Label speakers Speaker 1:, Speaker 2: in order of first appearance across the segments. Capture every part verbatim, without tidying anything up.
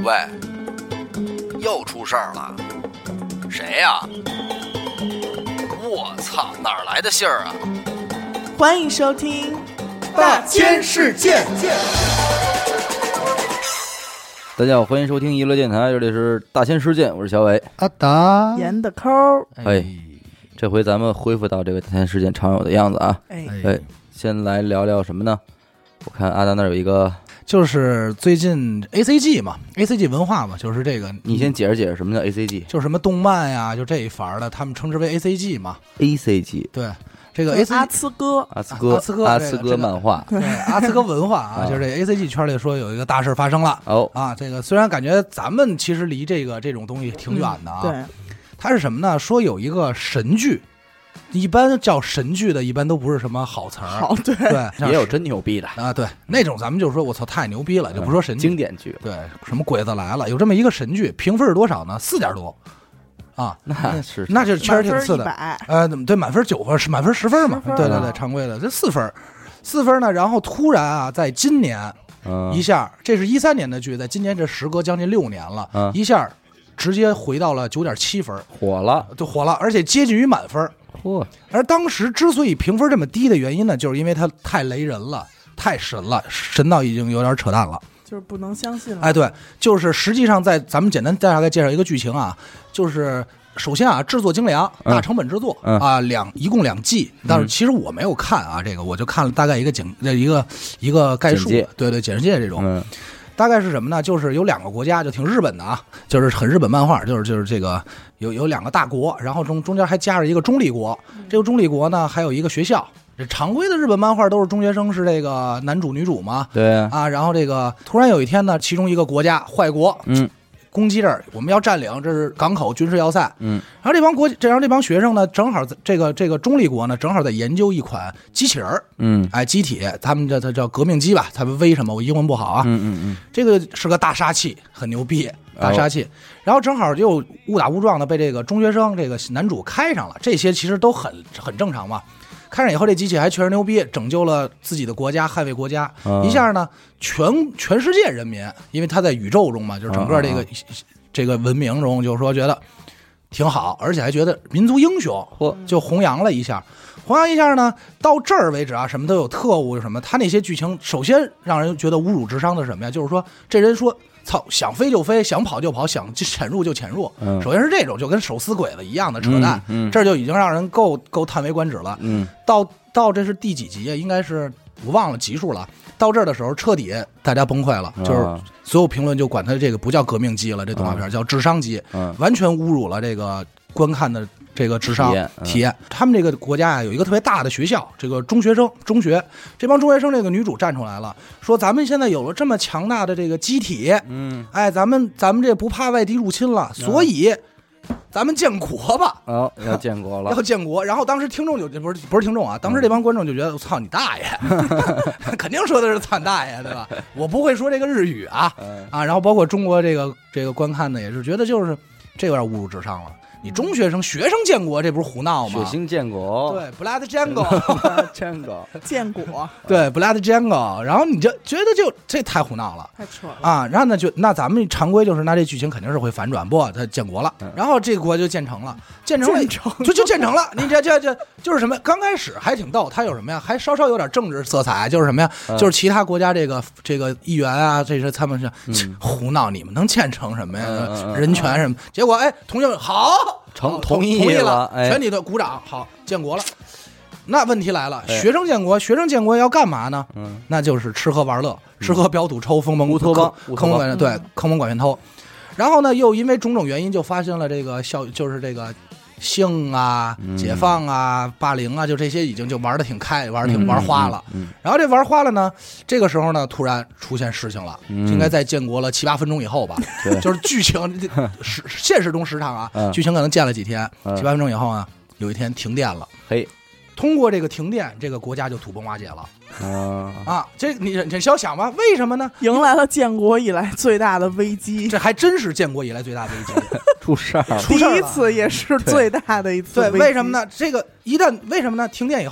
Speaker 1: 喂，又出事儿了，谁呀？我操，哪儿来的信儿啊？
Speaker 2: 欢迎收听
Speaker 3: 大千世界。
Speaker 4: 大家好，欢迎收听娱乐电台，这里是大千世界，我是小伟。
Speaker 3: 阿达
Speaker 2: 严的抠。
Speaker 4: 哎，这回咱们恢复到这个大千世界常有的样子啊。
Speaker 2: 哎
Speaker 4: 哎，先来聊聊什么呢？我看阿达那儿有一个，
Speaker 3: 就是最近 A C G 嘛 ，A C G 文化嘛，就是这个。
Speaker 4: 你先解释解释什么叫 A C G？
Speaker 3: 就是什么动漫呀，就这一法的，他们称之为 A C G 嘛。
Speaker 4: A C G
Speaker 3: 对，这个 A C G
Speaker 2: 阿兹哥，
Speaker 4: 阿兹哥，
Speaker 3: 阿兹哥，
Speaker 4: 阿兹哥漫画，
Speaker 3: 对，阿兹哥文化啊，就是这 A C G 圈里说有一个大事发生了。
Speaker 4: 哦
Speaker 3: 啊，这个虽然感觉咱们其实离这个这种东西挺远的啊。
Speaker 2: 嗯、对，
Speaker 3: 它是什么呢？说有一个神剧。一般叫神剧的，一般都不是什么好词儿。
Speaker 2: 好，对
Speaker 3: 对，
Speaker 4: 也有真牛逼的
Speaker 3: 啊，对，那种咱们就说我操太牛逼了，就不说神剧，
Speaker 4: 经典剧。
Speaker 3: 对，什么鬼子来了，有这么一个神剧，评分是多少呢？四点多，啊，
Speaker 4: 那是
Speaker 3: 那就是确实挺次的。呃，对，满分九分是满分十分嘛？
Speaker 2: 分
Speaker 3: 对对对，常规的这四分，四分呢，然后突然啊，在今年、
Speaker 4: 嗯、
Speaker 3: 一下，这是一三年的剧，在今年这时隔将近六年了，
Speaker 4: 嗯、
Speaker 3: 一下直接回到了九点七分，
Speaker 4: 火了，
Speaker 3: 就火了，而且接近于满分。
Speaker 4: 嚯！
Speaker 3: 而当时之所以评分这么低的原因呢，就是因为它太雷人了，太神了，神到已经有点扯淡了，
Speaker 2: 就是不能相信了。
Speaker 3: 哎，对，就是实际上在咱们简单大概介绍一个剧情啊，就是首先啊，制作精良，大成本制作、
Speaker 4: 嗯、
Speaker 3: 啊，两一共两季，但是其实我没有看啊，这个我就看了大概一个简一个一个概述，对对，简介这种。
Speaker 4: 嗯，
Speaker 3: 大概是什么呢？就是有两个国家，就挺日本的啊，就是很日本漫画，就是就是这个有有两个大国，然后中中间还夹着一个中立国。这个中立国呢，还有一个学校。这常规的日本漫画都是中学生是这个男主女主嘛？
Speaker 4: 对
Speaker 3: 啊。然后这个突然有一天呢，其中一个国家坏国，
Speaker 4: 嗯，
Speaker 3: 攻击这儿，我们要占领，这是港口军事要塞，
Speaker 4: 嗯。
Speaker 3: 然后这帮国，这让这帮学生呢，正好这个这个中立国呢，正好在研究一款机器人，
Speaker 4: 嗯，
Speaker 3: 哎，机体，他们叫它叫革命机吧，他们微什么？我英文不好啊，
Speaker 4: 嗯嗯嗯，
Speaker 3: 这个是个大杀器，很牛逼，大杀器。哦、然后正好就误打误撞的被这个中学生这个男主开上了，这些其实都很很正常嘛。开上以后，这机器还确实牛逼，拯救了自己的国家，捍卫国家。嗯、一下呢，全全世界人民，因为他在宇宙中嘛，就是整个这个、嗯、这个文明中，就是说觉得挺好，而且还觉得民族英雄，就弘扬了一下。弘扬一下呢，到这儿为止啊，什么都有特务什么，他那些剧情首先让人觉得侮辱智商的是什么呀？就是说这人说操，想飞就飞，想跑就跑，想潜入就潜入。嗯、首先是这种，就跟手撕鬼子一样的扯淡，
Speaker 4: 嗯嗯、
Speaker 3: 这就已经让人够够叹为观止了。
Speaker 4: 嗯，
Speaker 3: 到到这是第几集？应该是我忘了集数了。到这儿的时候，彻底大家崩溃了，
Speaker 4: 嗯、
Speaker 3: 就是所有评论就管它这个不叫革命机了，这动画片、嗯、叫智商机，
Speaker 4: 嗯、
Speaker 3: 完全侮辱了这个观看的这个智商
Speaker 4: 体验。
Speaker 3: 嗯、体验他们这个国家啊，有一个特别大的学校，这个中学生中学，这帮中学生，这个女主站出来了，说咱们现在有了这么强大的这个机体，
Speaker 4: 嗯，
Speaker 3: 哎，咱们咱们这不怕外敌入侵了，嗯、所以。咱们建国吧！
Speaker 4: 哦，要建国了，
Speaker 3: 要建国。然后当时听众就不是不是听众啊，当时这帮观众就觉得，我操你大爷，肯定说的是操大爷，对吧？我不会说这个日语啊啊！然后包括中国这个这个观看的也是觉得就是这有点侮辱智商了。你中学生学生建国，这不是胡闹吗？
Speaker 4: 血腥建国，
Speaker 3: 对 ，Blood Jungle，
Speaker 4: 建国，
Speaker 2: 建国，
Speaker 3: 对 ，Blood Jungle。然后你就觉得就这太胡闹了，
Speaker 2: 太扯了
Speaker 3: 啊！然后呢，就那咱们常规就是那这剧情肯定是会反转，不，他建国了，
Speaker 4: 嗯、
Speaker 3: 然后这个国就建成了，建成了，
Speaker 2: 建成
Speaker 3: 就就建成了。你这这这就是什么？刚开始还挺逗，他有什么呀？还稍稍有点政治色彩，就是什么呀？
Speaker 4: 嗯、
Speaker 3: 就是其他国家这个这个议员啊，这些他们是、
Speaker 4: 嗯、
Speaker 3: 胡闹，你们能建成什么呀？
Speaker 4: 嗯嗯、
Speaker 3: 人权什么？结果哎，同学们好。
Speaker 4: 成
Speaker 3: 同
Speaker 4: 意了，
Speaker 3: 同意了，
Speaker 4: 哎、
Speaker 3: 全体的鼓掌，好，建国了。那问题来了，
Speaker 4: 哎、
Speaker 3: 学生建国，学生建国要干嘛呢？
Speaker 4: 嗯，
Speaker 3: 那就是吃喝玩乐，嗯、吃喝嫖赌抽，疯蒙
Speaker 4: 乌托邦，
Speaker 3: 坑蒙拐对，坑蒙拐骗偷。然后呢，又因为种种原因，就发生了这个校，就是这个性啊、
Speaker 4: 嗯、
Speaker 3: 解放啊、霸凌啊，就这些已经就玩的挺开，玩的挺、
Speaker 4: 嗯、
Speaker 3: 玩花了。
Speaker 4: 嗯嗯嗯、
Speaker 3: 然后这玩花了呢，这个时候呢，突然出现事情了，
Speaker 4: 嗯、
Speaker 3: 应该在建国了七八分钟以后吧，就是剧情时现实中时长啊，
Speaker 4: 嗯、
Speaker 3: 剧情可能建了几天，
Speaker 4: 嗯、
Speaker 3: 七八分钟以后呢，有一天停电了，
Speaker 4: 嘿。
Speaker 3: 通过这个停电，这个国家就土崩瓦解了。
Speaker 4: 啊
Speaker 3: 啊，这你你想想吧，为什么呢？
Speaker 2: 迎来了建国以来最大的危机，
Speaker 3: 这还真是建国以来最大的危机，
Speaker 4: 出事儿了，
Speaker 2: 第一次也是最大的一次危机。
Speaker 3: 对，为什么呢？这个一旦为什么呢？停电以后，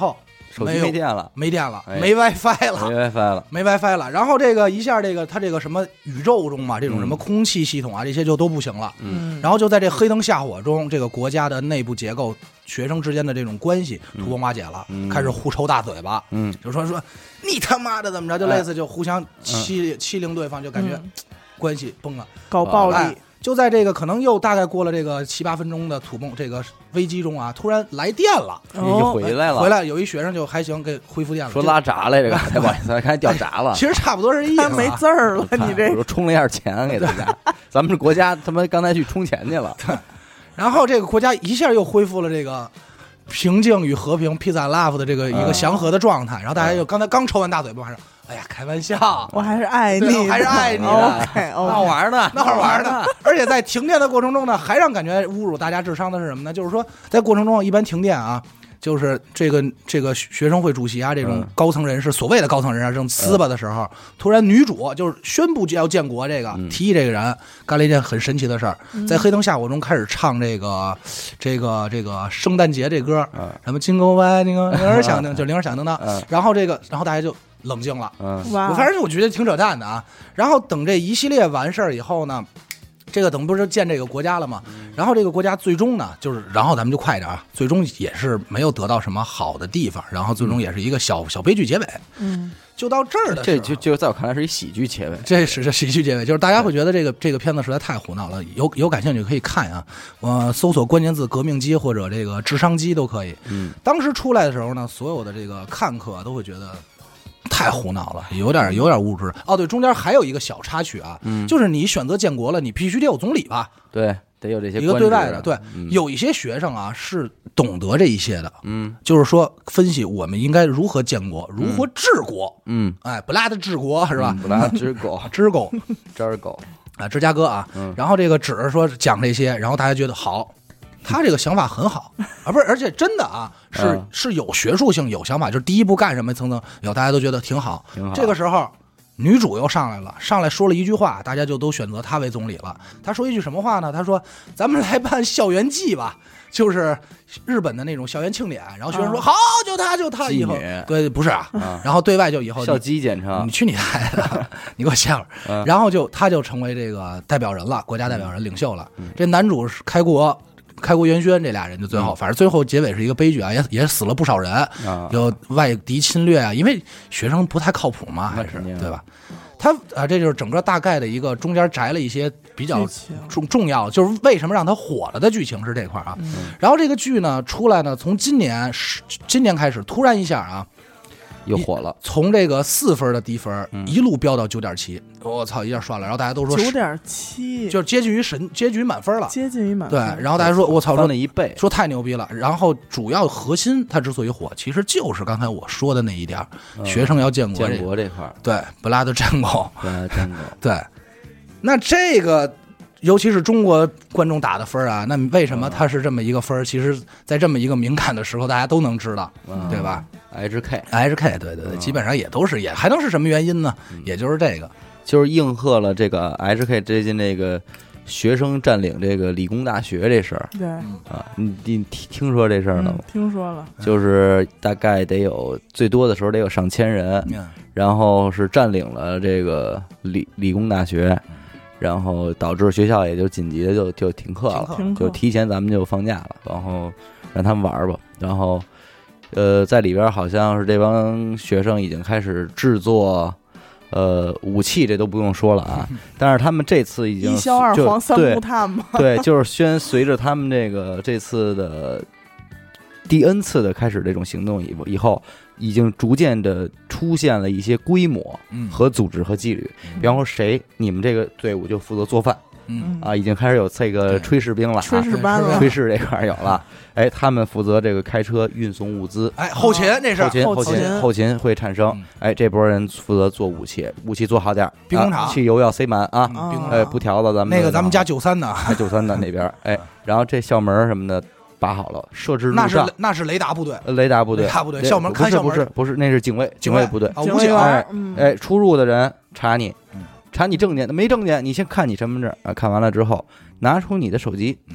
Speaker 4: 手机没电了，
Speaker 3: 没电了，
Speaker 4: 哎
Speaker 3: 没 WiFi 了，
Speaker 4: 没 WiFi 了，
Speaker 3: 没 WiFi 了。然后这个一下，这个它这个什么宇宙中嘛，这种什么空气系统啊，这些就都不行了。
Speaker 4: 嗯，
Speaker 3: 然后就在这黑灯瞎火中，这个国家的内部结构、学生之间的这种关系土崩瓦解了，
Speaker 4: 嗯、
Speaker 3: 开始互抽大嘴巴。
Speaker 4: 嗯，
Speaker 3: 就说说你他妈的怎么着，就类似就互相欺、嗯、欺凌对方，就感觉、嗯、关系崩了，
Speaker 2: 搞暴力。
Speaker 3: 哎就在这个可能又大概过了这个七八分钟的土崩这个危机中啊，突然来电了，
Speaker 4: 哦、回来了，
Speaker 3: 回来有一学生就还行，给恢复电了，
Speaker 4: 说拉闸来这个，不好意思，看掉闸了。
Speaker 3: 其实差不多是意思、啊，
Speaker 2: 没字儿了，你这
Speaker 4: 我充了一下钱给大家，咱们这国家他妈刚才去充钱去了，
Speaker 3: 对，然后这个国家一下又恢复了这个平静与和平 ，peace and love 的这个一个祥和的状态，然后大家又刚才刚抽完大嘴巴，马上。哎呀，开玩笑，
Speaker 2: 我还是爱你，
Speaker 3: 还是爱你的，
Speaker 2: okay, okay
Speaker 4: 闹玩呢，
Speaker 3: 闹玩呢。而且在停电的过程中呢，还让感觉侮辱大家智商的是什么呢？就是说，在过程中一般停电啊，就是这个这个学生会主席啊，这种高层人士，嗯、所谓的高层人士正撕巴的时候，嗯、突然女主就是宣布要建国，这个、嗯、提议这个人干了一件很神奇的事儿，嗯、在黑灯瞎火中开始唱这个这个这个圣诞节这歌，嗯、什么金钩湾，那个铃儿响叮，就铃儿响叮当，嗯、然后这个，然后大家就。冷静了，嗯，我反正我觉得挺扯淡的啊。然后等这一系列完事儿以后呢，这个等不是建这个国家了吗？嗯、然后这个国家最终呢，就是然后咱们就快点啊，最终也是没有得到什么好的地方，然后最终也是一个小小悲剧结尾。嗯，就到这儿的时候，
Speaker 4: 这就就在我看来是一喜剧结尾。
Speaker 3: 这是这喜剧结尾，就是大家会觉得这个这个片子实在太胡闹了，有有感兴趣可以看啊，呃，搜索关键字“革命机”或者这个“智商机”都可以。嗯，当时出来的时候呢，所有的这个看客都会觉得。太胡闹了，有点有点物质哦。对，中间还有一个小插曲啊，嗯，就是你选择建国了，你必须得有总理吧？
Speaker 4: 对，得有这些
Speaker 3: 一个对外的。对，嗯、有一些学生啊是懂得这一些的，嗯，就是说分析我们应该如何建国，如何治国，嗯，哎，不拉的治国是吧？
Speaker 4: 不拉治国，
Speaker 3: 治国，
Speaker 4: 治国
Speaker 3: 啊，芝加哥啊，嗯、然后这个只是说讲这些，然后大家觉得好。他这个想法很好啊，不是，而且真的啊，是、嗯、是有学术性、有想法，就是第一步干什么层层有，大家都觉得挺好。挺好。这个时候，女主又上来了，上来说了一句话，大家就都选择她为总理了。她说一句什么话呢？她说：“咱们来办校园祭吧，就是日本的那种校园庆典。”然后学生说：“嗯、好，就他，就他。”以后对，不是啊。嗯、然后对外就以后
Speaker 4: 校鸡简称，
Speaker 3: 你去你大爷的，你给我歇会儿。嗯、然后就他就成为这个代表人了，国家代表人、领袖了。嗯、这男主是开国。开国元勋这俩人就最后，反正最后结尾是一个悲剧啊，也也死了不少人，有外敌侵略啊，因为学生不太靠谱嘛，还是对吧？他啊，这就是整个大概的一个中间摘了一些比较重重要，就是为什么让他火了的剧情是这块啊。然后这个剧呢出来呢，从今年今年开始，突然一下啊。
Speaker 4: 又火了，
Speaker 3: 从这个四分的低分、嗯、一路飙到九点七，我操，一下刷了，然后大家都说
Speaker 2: 九点七，
Speaker 3: 就是接近于神，接近于满分了，
Speaker 2: 接近于满分。
Speaker 3: 对，然后大家说，我操，
Speaker 4: 翻了一倍，
Speaker 3: 说太牛逼了。然后主要核心，它之所以火，其实就是刚才我说的那一点，嗯、学生要建国、
Speaker 4: 这个，建国这块，
Speaker 3: 对，布拉德战狗，
Speaker 4: 布拉德战狗，
Speaker 3: 对，那这个。尤其是中国观众打的分啊，那为什么他是这么一个分？其实，在这么一个敏感的时候，大家都能知道，嗯、对吧
Speaker 4: ？H K
Speaker 3: H K， 对对对，基本上也都是，也还能是什么原因呢？嗯、也就是这个，
Speaker 4: 就是应和了这个 H K 最近这个学生占领这个理工大学这事儿。
Speaker 2: 对
Speaker 4: 啊，你你听说这事儿了吗、
Speaker 2: 嗯？听说了，
Speaker 4: 就是大概得有最多的时候得有上千人，嗯、然后是占领了这个理理工大学。然后导致学校也就紧急的就就停课了，就提前咱们就放假了，然后让他们玩吧。然后，呃，在里边好像是这帮学生已经开始制作，呃，武器，这都不用说了啊。但是他们这次已经
Speaker 2: 一硝二黄三木炭嘛，
Speaker 4: 对，就是先随着他们这个这次的第 N 次的开始这种行动以以后。已经逐渐的出现了一些规模和组织和纪律，嗯、比方说谁你们这个队伍就负责做饭，嗯啊，已经开始有这个炊事兵了，
Speaker 2: 炊事班了，
Speaker 4: 炊事这块有了，哎，他们负责这个开车运送物资，
Speaker 3: 哎，后勤这是
Speaker 4: 后勤后勤后勤会产生，哎，这波人负责做武器，武器做好点，
Speaker 3: 兵工厂、
Speaker 4: 啊、汽油要塞满啊，
Speaker 3: 嗯、
Speaker 4: 哎，布条子咱们
Speaker 3: 那个咱们加九三的，
Speaker 4: 九三的那边，哎，然后这校门什么的。把好了，设置路障，
Speaker 3: 那是那是雷达部队，
Speaker 4: 雷达部队，
Speaker 3: 雷达部队，校门看校门，
Speaker 4: 不是不是，那是警卫，警卫部队，
Speaker 2: 警卫员，
Speaker 4: 哎哎，出入的人查你，查你证件，没证件，你先看你身份证啊，看完了之后，拿出你的手机，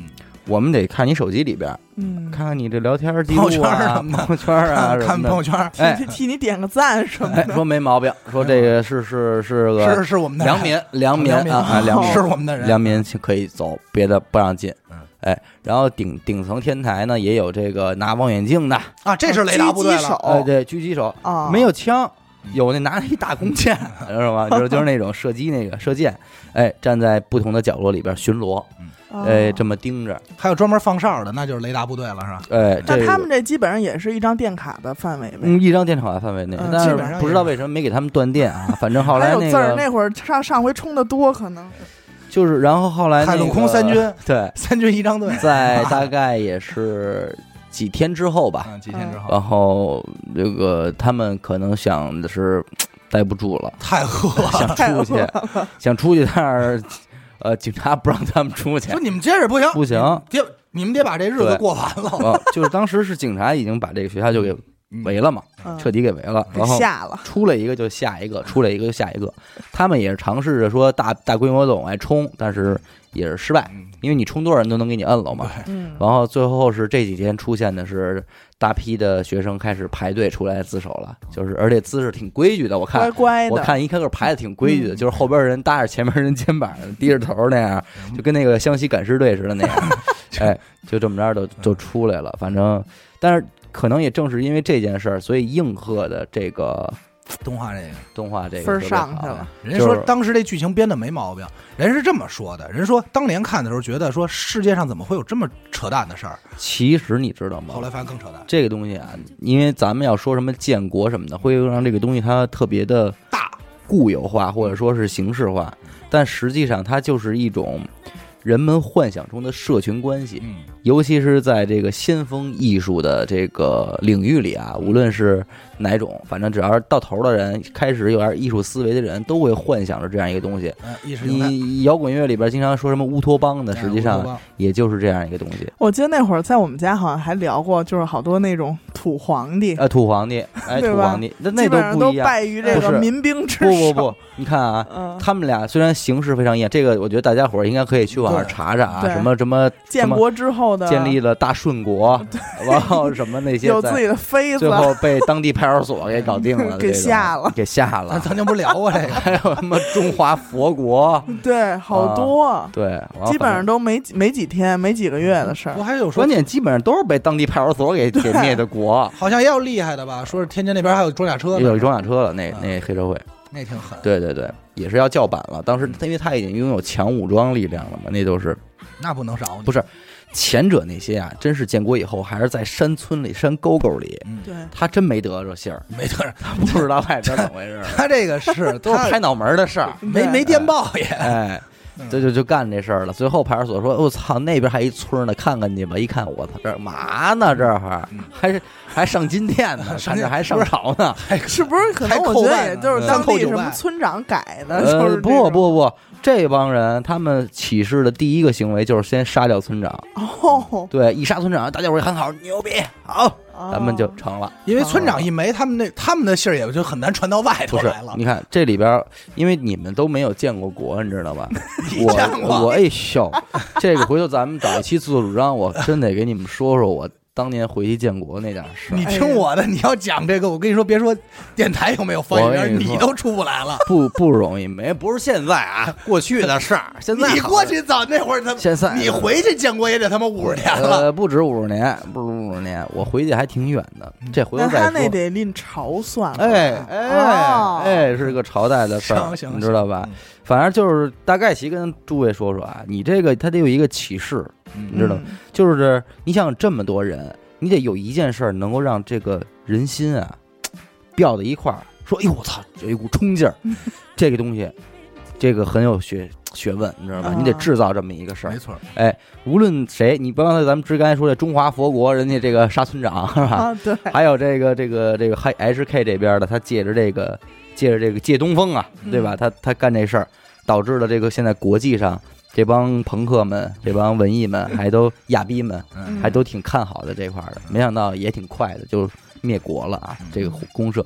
Speaker 4: 我们得看你手机里边，
Speaker 2: 嗯，
Speaker 4: 看看你这聊天记录啊、朋友圈啊，
Speaker 3: 看朋友圈，
Speaker 4: 哎，
Speaker 2: 替替你点个赞什么的，
Speaker 4: 说没毛病，说这个是是是个
Speaker 3: 是是我们的
Speaker 4: 良民，良民啊，良民
Speaker 3: 是我们的人，
Speaker 4: 良民可以走，别的不让进。哎，然后顶顶层天台呢也有这个拿望远镜的
Speaker 3: 啊，这是雷达部队了，
Speaker 4: 哎，对，狙击手
Speaker 2: 啊，
Speaker 4: 没有枪。有那拿一大弓箭，知道吗？就是就是那种射击那个射箭，哎，站在不同的角落里边巡逻，哎，这么盯着。
Speaker 3: 还有专门放哨的，那就是雷达部队了，是吧？
Speaker 4: 哎，
Speaker 2: 那他们这基本上也是一张电卡的范围呗，
Speaker 4: 嗯，一张电卡范围内，但是不知道为什么没给他们断电啊。反正后来那个
Speaker 2: 那会儿上上回充的多，可能
Speaker 4: 就是，然后后来
Speaker 3: 海陆空三军，
Speaker 4: 对，
Speaker 3: 三军仪仗队，
Speaker 4: 在大概也是。几天之后吧，
Speaker 3: 嗯、几天之后，
Speaker 4: 然后这个他们可能想的是待不住了，
Speaker 3: 太饿了，
Speaker 4: 想出去，想出去，但是呃，警察不让他们出去，
Speaker 3: 说你们接着不行，
Speaker 4: 不行，
Speaker 3: 得你们得把这日子过完了。
Speaker 4: 就是当时是警察已经把这个学校就给围了嘛，
Speaker 2: 嗯、
Speaker 4: 彻底给围了，然后
Speaker 2: 下了，
Speaker 4: 出来一个就下一个，出来一个就下一个，他们也是尝试着说大大规模的往外冲，但是也是失败。因为你冲多少人都能给你摁了嘛，
Speaker 2: 嗯，
Speaker 4: 然后最后是这几天出现的是大批的学生开始排队出来自首了，就是而且姿势挺规矩的，我看
Speaker 2: 乖乖的，
Speaker 4: 我看一个个排的挺规矩的，嗯、就是后边人搭着前面人肩膀，低着头那样，就跟那个湘西赶尸队似的那样，哎，就这么着就就出来了。反正，但是可能也正是因为这件事儿，所以应和的这个。
Speaker 3: 动画这个
Speaker 4: 动画这个
Speaker 2: 分上去了，
Speaker 3: 人家说当时这剧情编的没毛病，人是这么说的，人说当年看的时候觉得说世界上怎么会有这么扯淡的事儿？
Speaker 4: 其实你知道吗？
Speaker 3: 后来发现更扯淡。
Speaker 4: 这个东西啊，因为咱们要说什么建国什么的，会让这个东西它特别的
Speaker 3: 大
Speaker 4: 固有化，或者说是形式化，但实际上它就是一种人们幻想中的社群关系，
Speaker 3: 嗯，
Speaker 4: 尤其是在这个先锋艺术的这个领域里啊，无论是哪种，反正只要是到头的人，开始有点艺术思维的人，都会幻想着这样一个东西。
Speaker 3: 嗯、
Speaker 4: 你摇滚乐里边经常说什么乌托邦的，实际上也就是这样一个东西。
Speaker 2: 我记得那会儿在我们家好像还聊过，就是好多那种土皇帝，
Speaker 4: 呃，土皇帝，哎，土皇帝，那那都不一样，
Speaker 2: 都败于这个民兵之手。
Speaker 4: 不不不，你看啊，嗯、他们俩虽然形式非常一样，这个我觉得大家伙儿应该可以去网上查查啊，什么什么
Speaker 2: 建国之后的
Speaker 4: 建立了大顺国，然后什么那些
Speaker 2: 有自己的妃子，
Speaker 4: 最后被当地派出所给搞定了，
Speaker 2: 给下了，
Speaker 4: 给下了。
Speaker 3: 咱曾经不是聊过这个，
Speaker 4: 还有什么中华佛国？
Speaker 2: 对，好多，
Speaker 4: 啊、对，
Speaker 2: 基本上都没没几天、没几个月的事儿。
Speaker 3: 我还有说，
Speaker 4: 关键基本上都是被当地派出所给给灭的国。
Speaker 3: 好像也有厉害的吧？说是天津那边还有装甲车，
Speaker 4: 有装甲车了，那那黑社会。
Speaker 3: 那挺狠，
Speaker 4: 对对对，也是要叫板了。当时因为他已经拥有强武装力量了嘛，那都是
Speaker 3: 那不能少。
Speaker 4: 不是前者那些啊，真是建国以后还是在山村里、山沟沟里，
Speaker 2: 对，
Speaker 4: 他真没得着信儿，
Speaker 3: 没得着，
Speaker 4: 他不知道外边怎么回事。
Speaker 3: 他这个是
Speaker 4: 都是拍脑门的事儿，
Speaker 3: 没没电报也，
Speaker 4: 哎。这就就干这事儿了。最后派出所说：“我、哦、操，那边还一村呢，看看去吧。”一看，我操，这嘛呢？这会儿还是还上金店呢，上这还上朝呢，
Speaker 2: 是不是？可能我觉得也就是当地什么村长改的，
Speaker 4: 呃、
Speaker 2: 就是
Speaker 4: 不不不，这帮人他们起事的第一个行为就是先杀掉村长。
Speaker 2: 哦，
Speaker 4: 对，一杀村长，大家伙一喊好，牛逼，好。咱们就成了，
Speaker 3: 因为村长一没，他们那他们的信儿也就很难传到外头来了。
Speaker 4: 你看这里边，因为你们都没有建过国，你知道吧？
Speaker 3: 你见过
Speaker 4: 我我哎笑，这个回头咱们找一期自作主张，我真得给你们说说我当年回去建国那点事。
Speaker 3: 你听我的，你要讲这个，我跟你说，别说电台有没有方言，你都出不来了，
Speaker 4: 不不容易，没不是现在啊，过去的事儿。现在
Speaker 3: 你过去早那会儿，他
Speaker 4: 现在
Speaker 3: 你回去建国也得他妈五十年了，
Speaker 4: 呃，不止五十年，不止五十年，我回去还挺远的。这回头再说。
Speaker 2: 那他那得另朝算了，
Speaker 4: 哎哎哎，是个朝代的事儿，你知道吧？反正就是大概其跟诸位说说啊，你这个他得有一个启示，你知道，就是你想这么多人。你得有一件事儿能够让这个人心啊吊在一块儿，说：“哎呦我操，有一股冲劲儿。”这个东西，这个很有学学问，你知道吧？
Speaker 2: 啊、
Speaker 4: 你得制造这么一个事儿。
Speaker 3: 没错，
Speaker 4: 哎，无论谁，你刚才咱们之刚才说的中华佛国，人家这个杀村长是吧？
Speaker 2: 啊，对。
Speaker 4: 还有这个这个这个 H K 这边的，他借着这个借着这个借东风啊，对吧？嗯、他他干这事儿，导致了这个现在国际上。这帮朋克们，这帮文艺们，还都亚逼们，还都挺看好的这块的，没想到也挺快的就灭国了啊！这个公社，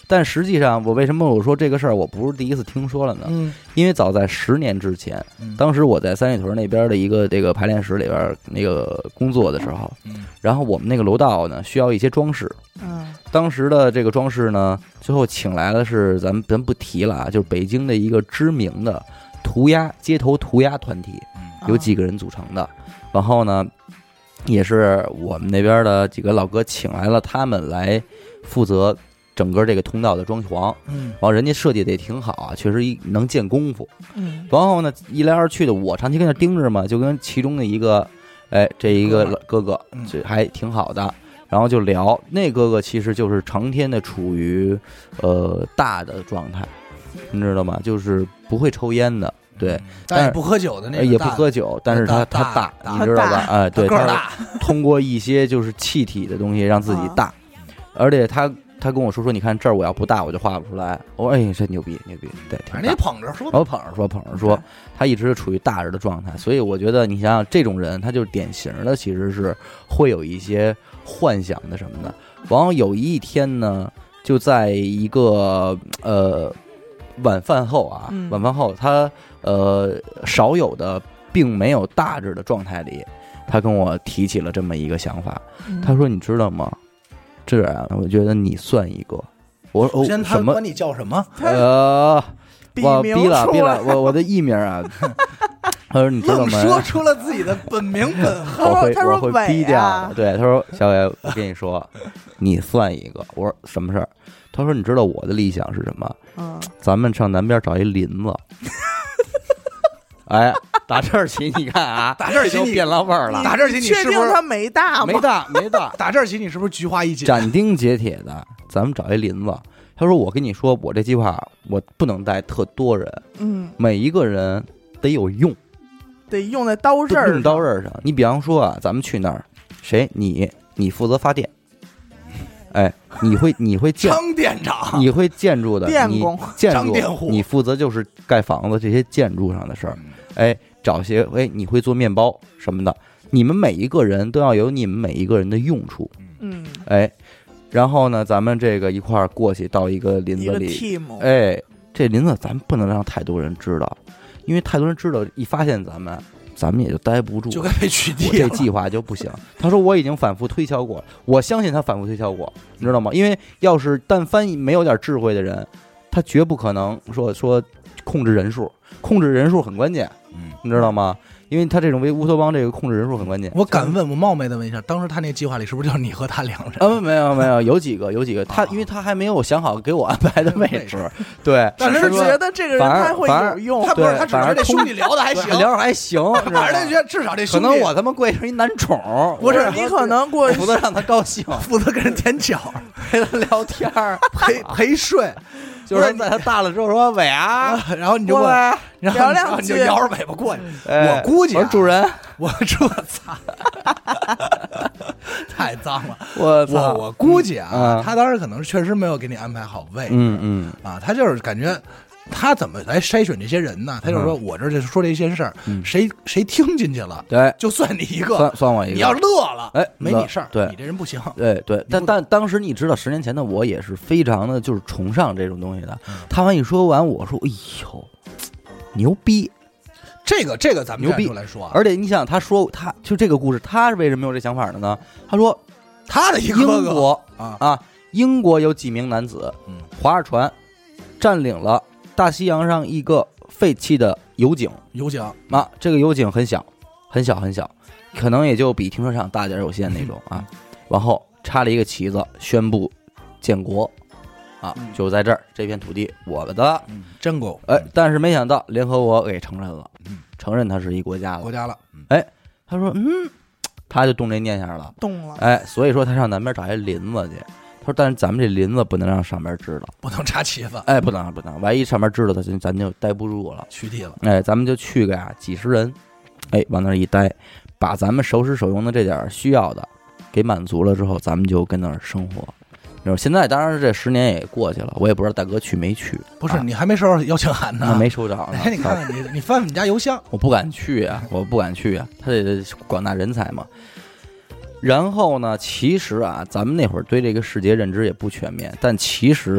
Speaker 4: 但实际上，我为什么我说这个事儿我不是第一次听说了呢？
Speaker 3: 嗯，
Speaker 4: 因为早在十年之前，
Speaker 3: 嗯、
Speaker 4: 当时我在三里屯那边的一个这个排练室里边那个工作的时候，
Speaker 3: 嗯，
Speaker 4: 然后我们那个楼道呢需要一些装饰，
Speaker 2: 嗯，
Speaker 4: 当时的这个装饰呢，最后请来的是咱们咱不提了啊，就是北京的一个知名的涂鸦街头涂鸦团体，有几个人组成的，然后呢。也是我们那边的几个老哥请来了他们来负责整个这个通道的装潢，
Speaker 3: 嗯，然
Speaker 4: 后人家设计的也挺好啊，确实一能见功夫，
Speaker 2: 嗯，
Speaker 4: 然后呢一来二去的，我长期跟那盯着嘛，就跟其中的一个，哎，这一个哥哥，这还挺好的，然后就聊，那哥哥其实就是成天的处于呃大的状态，你知道吗？就是不会抽烟的。对，
Speaker 3: 但也不喝酒的那个，
Speaker 4: 也不喝酒，但是他他大，你知道吧？哎，对，他通过一些就是气体的东西让自己大，而且他他跟我说说，你看这儿我要不大我就画不出来。我说哎，这牛逼牛逼，对，
Speaker 3: 反正你捧着说，
Speaker 4: 我捧着说捧着说，他一直处于大人的状态，所以我觉得你想想这种人，他就是典型的，其实是会有一些幻想的什么的。然后有一天呢，就在一个呃晚饭后啊，晚饭后他。呃，少有的并没有大致的状态里，他跟我提起了这么一个想法。嗯、他说：“你知道吗？这样，我觉得你算一个。我”我
Speaker 3: 首先他管你叫什么？
Speaker 4: 呃，我逼了逼了，我我的艺名啊。他说：“你知道吗？”
Speaker 3: 说出了自己的本名本号。
Speaker 4: 我会
Speaker 2: 他说
Speaker 4: 我会逼掉的。对，他说：“小伟，我跟你说，你算一个。”我说：“什么事儿？”他说：“你知道我的理想是什么？嗯，咱们上南边找一林子。”哎，打这儿起，你看啊，
Speaker 3: 打这儿起
Speaker 4: 就变了味儿了。
Speaker 3: 打这儿起，你是不是
Speaker 2: 他没大吗？
Speaker 4: 没大，没大。
Speaker 3: 打这儿起，你是不是菊花一紧？
Speaker 4: 斩钉截铁的，咱们找一林子。他说：“我跟你说，我这计划我不能带特多人，嗯，每一个人得有用，
Speaker 2: 得用在刀刃上，
Speaker 4: 用刀刃上。你比方说啊，咱们去那儿，谁你你负责发电。”哎，你会你会建
Speaker 3: 张店长，
Speaker 4: 你会建筑的
Speaker 2: 电工，
Speaker 4: 建筑，你负责就是盖房子这些建筑上的事儿。哎，找些哎，你会做面包什么的，你们每一个人都要有你们每一个人的用处。嗯，哎，然后呢，咱们这个一块儿过去到一个林子里，哎，这林子咱们不能让太多人知道，因为太多人知道，一发现咱们。咱们也就待不住，
Speaker 3: 就该被取缔了。
Speaker 4: 这计划就不行。他说我已经反复推敲过，我相信他反复推敲过，你知道吗？因为要是但凡没有点智慧的人，他绝不可能说说控制人数，控制人数很关键，嗯，你知道吗？因为他这种为乌托邦这个控制人数很关键。
Speaker 3: 我敢问，我冒昧的问一下，当时他那个计划里是不是就是你和他两人？
Speaker 4: 啊，没有没有，有几个有几个，他因为他还没有想好给我安排的位置，对。
Speaker 2: 但是觉得这个人他会有用，
Speaker 3: 他不是他只是这兄弟聊的还行，
Speaker 4: 聊的还行，
Speaker 3: 反正觉得至少这
Speaker 4: 可能我他妈跪成一男宠，
Speaker 2: 不是你可能过
Speaker 4: 负责让他高兴，
Speaker 3: 负责跟人舔脚，
Speaker 4: 陪他聊天
Speaker 3: 陪陪睡。
Speaker 4: 就是在他大了之后说伟啊，
Speaker 3: 然后你就过
Speaker 2: 来，
Speaker 3: 然后
Speaker 2: 聊两句，
Speaker 3: 你就摇着尾巴过去。我估计
Speaker 4: 我说主人，
Speaker 3: 我这操，太脏了。
Speaker 4: 我
Speaker 3: 我我估计啊，他当时可能确实没有给你安排好位置。
Speaker 4: 嗯嗯
Speaker 3: 啊，他就是感觉。他怎么来筛选这些人呢？他就是说我这就说这些事儿，谁谁听进去了，
Speaker 4: 对，
Speaker 3: 就算你一个，
Speaker 4: 算算我一个。
Speaker 3: 你要乐了，
Speaker 4: 哎，
Speaker 3: 没你事儿，
Speaker 4: 对，
Speaker 3: 你这人不行。
Speaker 4: 对对，但但当时你知道，十年前的我也是非常的就是崇尚这种东西的。他完一说完，我说：“哎呦，牛逼！”
Speaker 3: 这个这个咱们
Speaker 4: 牛逼
Speaker 3: 来说，
Speaker 4: 而且你想，他说他就这个故事，他是为什么有这想法的呢？他说
Speaker 3: 他的一个
Speaker 4: 英国
Speaker 3: 啊
Speaker 4: 啊，英国有几名男子划着船占领了。大西洋上一个废弃的油井，
Speaker 3: 油井
Speaker 4: 啊，这个油井很小，很小很小，可能也就比停车场大点有限那种啊。然后插了一个旗子，宣布建国，啊，
Speaker 3: 嗯、
Speaker 4: 就在这儿，这片土地我们的，
Speaker 3: 嗯、真国。
Speaker 4: 哎，但是没想到联合国给承认了，嗯、承认它是一国家了，
Speaker 3: 国家了。
Speaker 4: 嗯、哎，他说，嗯，他就动这念想了，
Speaker 2: 动了。
Speaker 4: 哎，所以说他上南边找一林子去。他说：“但是咱们这林子不能让上边知道，
Speaker 3: 不能插旗子，
Speaker 4: 哎，不能不能，万一上边知道，咱咱就待不住了，
Speaker 3: 取缔了。
Speaker 4: 哎，咱们就去个呀，几十人，哎，往那儿一待，把咱们手使手用的这点需要的给满足了之后，咱们就跟那儿生活。现在当然这十年也过去了，我也不知道大哥去没去。
Speaker 3: 不是、啊、你还没收到邀请函呢？
Speaker 4: 没收着呢。
Speaker 3: 哎，你看看你，你翻翻你家邮箱，
Speaker 4: 我不敢去啊，我不敢去啊，他得广纳人才嘛。”然后呢，其实啊，咱们那会儿对这个世界认知也不全面，但其实，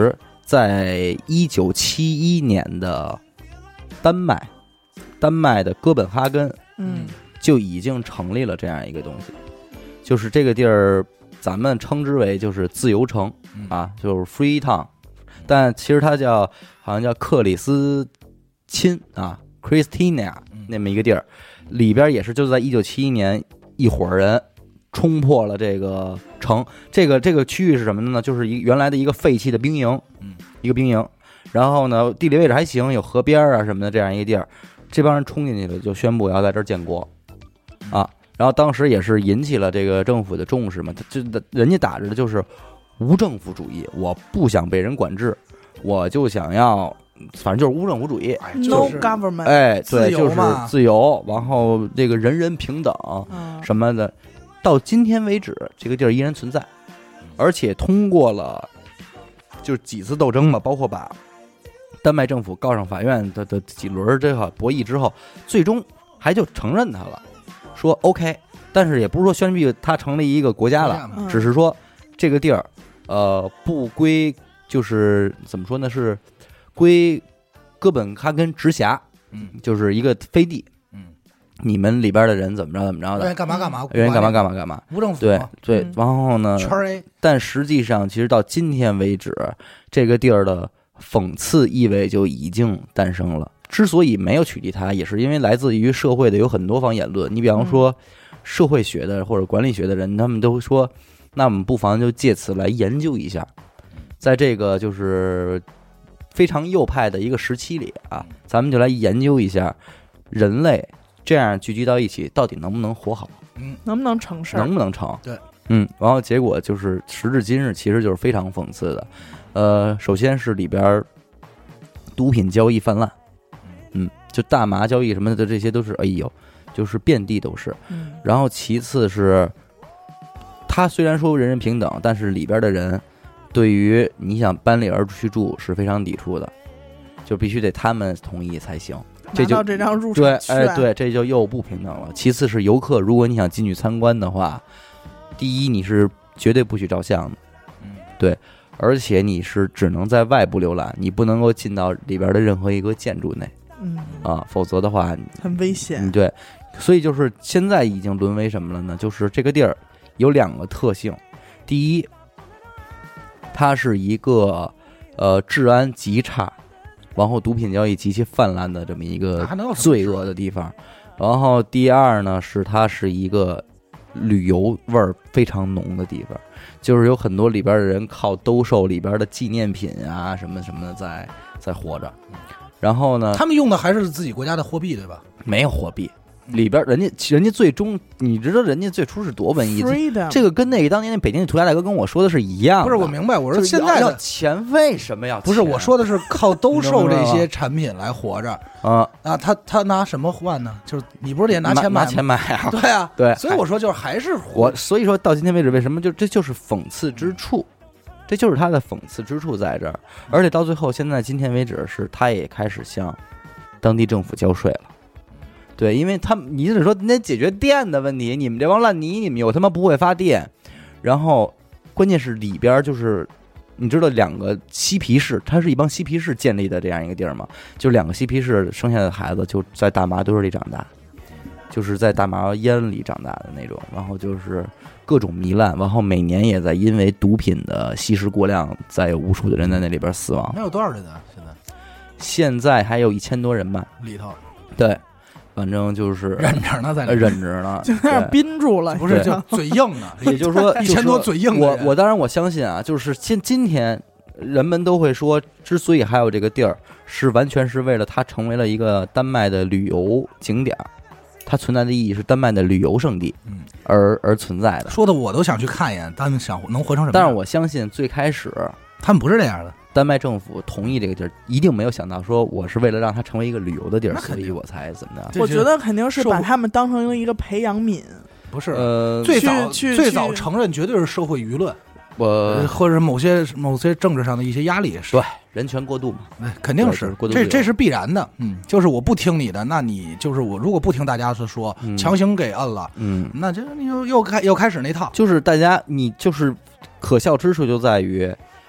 Speaker 4: 在一九七一年的丹麦，丹麦的哥本哈根，
Speaker 2: 嗯，
Speaker 4: 就已经成立了这样一个东西，就是这个地儿咱们称之为就是自由城啊，就是 Free Town， 但其实它叫好像叫克里斯钦啊 ，Christina 那么一个地儿，里边也是就在一九七一年一伙人冲破了这个城，这个这个区域是什么呢？就是一原来的一个废弃的兵营，
Speaker 3: 嗯，
Speaker 4: 一个兵营，然后呢，地理位置还行，有河边啊什么的这样一个地儿，这帮人冲进去了，就宣布要在这儿建国，啊，然后当时也是引起了这个政府的重视嘛，这人家打着的就是无政府主义，我不想被人管制，我就想要，反正就是无政府主义，
Speaker 3: 哎
Speaker 2: ，no government，
Speaker 4: 哎，对，就是自由，然后这个人人平等什么的。到今天为止，这个地儿依然存在，而且通过了就是几次斗争嘛，包括把丹麦政府告上法院的的几轮这个博弈之后，最终还就承认他了，说 OK， 但是也不是说宣布他成立一个国家了，只是说这个地儿呃不归，就是怎么说呢，是归哥本哈根直辖，
Speaker 3: 嗯，
Speaker 4: 就是一个飞地。你们里边的人怎么着怎么着的，
Speaker 3: 愿意干嘛干嘛，
Speaker 4: 愿意干嘛干嘛干嘛，
Speaker 3: 无政府
Speaker 4: 对对，然后呢，
Speaker 3: 圈 A，
Speaker 4: 但实际上其实到今天为止，这个地儿的讽刺意味就已经诞生了。之所以没有取缔它，也是因为来自于社会的有很多方言论。你比方说，社会学的或者管理学的人，他们都说，那我们不妨就借此来研究一下，在这个就是非常右派的一个时期里啊，咱们就来研究一下人类。这样聚集到一起，到底能不能活好？
Speaker 2: 嗯，能不能成事？
Speaker 4: 能不能成？
Speaker 3: 对，
Speaker 4: 嗯，然后结果就是时至今日，其实就是非常讽刺的。呃，首先是里边毒品交易泛滥，嗯，就大麻交易什么的，这些都是，哎呦，就是遍地都是。
Speaker 2: 嗯，
Speaker 4: 然后其次是，他虽然说人人平等，但是里边的人对于你想搬里而去住是非常抵触的，就必须得他们同意才行。这就
Speaker 2: 这张入场
Speaker 4: 对，哎，对，这就又不平等了。其次是游客，如果你想进去参观的话，第一你是绝对不许照相的，
Speaker 3: 嗯，
Speaker 4: 对，而且你是只能在外部浏览，你不能够进到里边的任何一个建筑内，
Speaker 2: 嗯
Speaker 4: 啊，否则的话
Speaker 2: 很危险。
Speaker 4: 嗯，对，所以就是现在已经沦为什么了呢？就是这个地儿有两个特性，第一，它是一个呃治安极差。然后毒品交易极其泛滥的这么一个罪恶的地方，然后第二呢是它是一个旅游味儿非常浓的地方，就是有很多里边的人靠兜售里边的纪念品啊什么什么的在在活着，然后呢，
Speaker 3: 他们用的还是自己国家的货币对吧？
Speaker 4: 没有货币。里边人家人家最终，你知道人家最初是多文艺，这个跟那个当年那北京的涂鸦大哥跟我说的是一样的。
Speaker 3: 不是，我明白，我说现在
Speaker 4: 要钱为什么要钱？
Speaker 3: 不是，我说的是靠兜售这些产品来活着
Speaker 4: 啊
Speaker 3: 啊！他他拿什么换呢？就是你不是得拿钱买？
Speaker 4: 拿钱买啊？
Speaker 3: 对啊，
Speaker 4: 对。
Speaker 3: 所以我说就是还是
Speaker 4: 我，所以说到今天为止，为什么就这就是讽刺之处？这就是他的讽刺之处在这儿，而且到最后，现在今天为止是他也开始向当地政府交税了。对，因为他们，你只说你得解决电的问题，你们这帮烂泥，你们又他妈不会发电，然后关键是里边就是，你知道两个嬉皮士，它是一帮嬉皮士建立的这样一个地儿嘛，就两个嬉皮士生下的孩子就在大麻堆里长大，就是在大麻烟里长大的那种，然后就是各种糜烂，然后每年也在因为毒品的吸食过量，再有无数的人在那里边死亡。
Speaker 3: 那有多少人啊？现在
Speaker 4: 现在还有一千多人吧，
Speaker 3: 里头。
Speaker 4: 对。反正就是
Speaker 3: 忍着呢，在那
Speaker 4: 忍着呢，
Speaker 2: 就在那憋住了，
Speaker 3: 不是就嘴硬呢。
Speaker 4: 也就是说，
Speaker 3: 一千多嘴硬的
Speaker 4: 我我当然我相信啊，就是今今天人们都会说，之所以还有这个地儿，是完全是为了它成为了一个丹麦的旅游景点，它存在的意义是丹麦的旅游胜地，
Speaker 3: 嗯，
Speaker 4: 而而存在的。
Speaker 3: 说的我都想去看一眼，他们想能活成什么样？
Speaker 4: 但是我相信最开始
Speaker 3: 他们不是这样的。
Speaker 4: 丹麦政府同意这个地儿，一定没有想到说我是为了让它成为一个旅游的地儿，所以我才怎么着？
Speaker 2: 我觉得肯定是把他们当成一个培养皿，
Speaker 3: 不是？
Speaker 4: 呃，
Speaker 3: 最早最早承认绝对是社会舆论，
Speaker 4: 我
Speaker 3: 或者某些某些政治上的一些压力，
Speaker 4: 对人权过度嘛，
Speaker 3: 哎，肯定是这这是必然的。嗯，就是我不听你的，那你就是我如果不听大家说，强行给摁了，
Speaker 4: 嗯，
Speaker 3: 那这你又又开又开始那套，
Speaker 4: 就是大家你就是可笑之处就在于。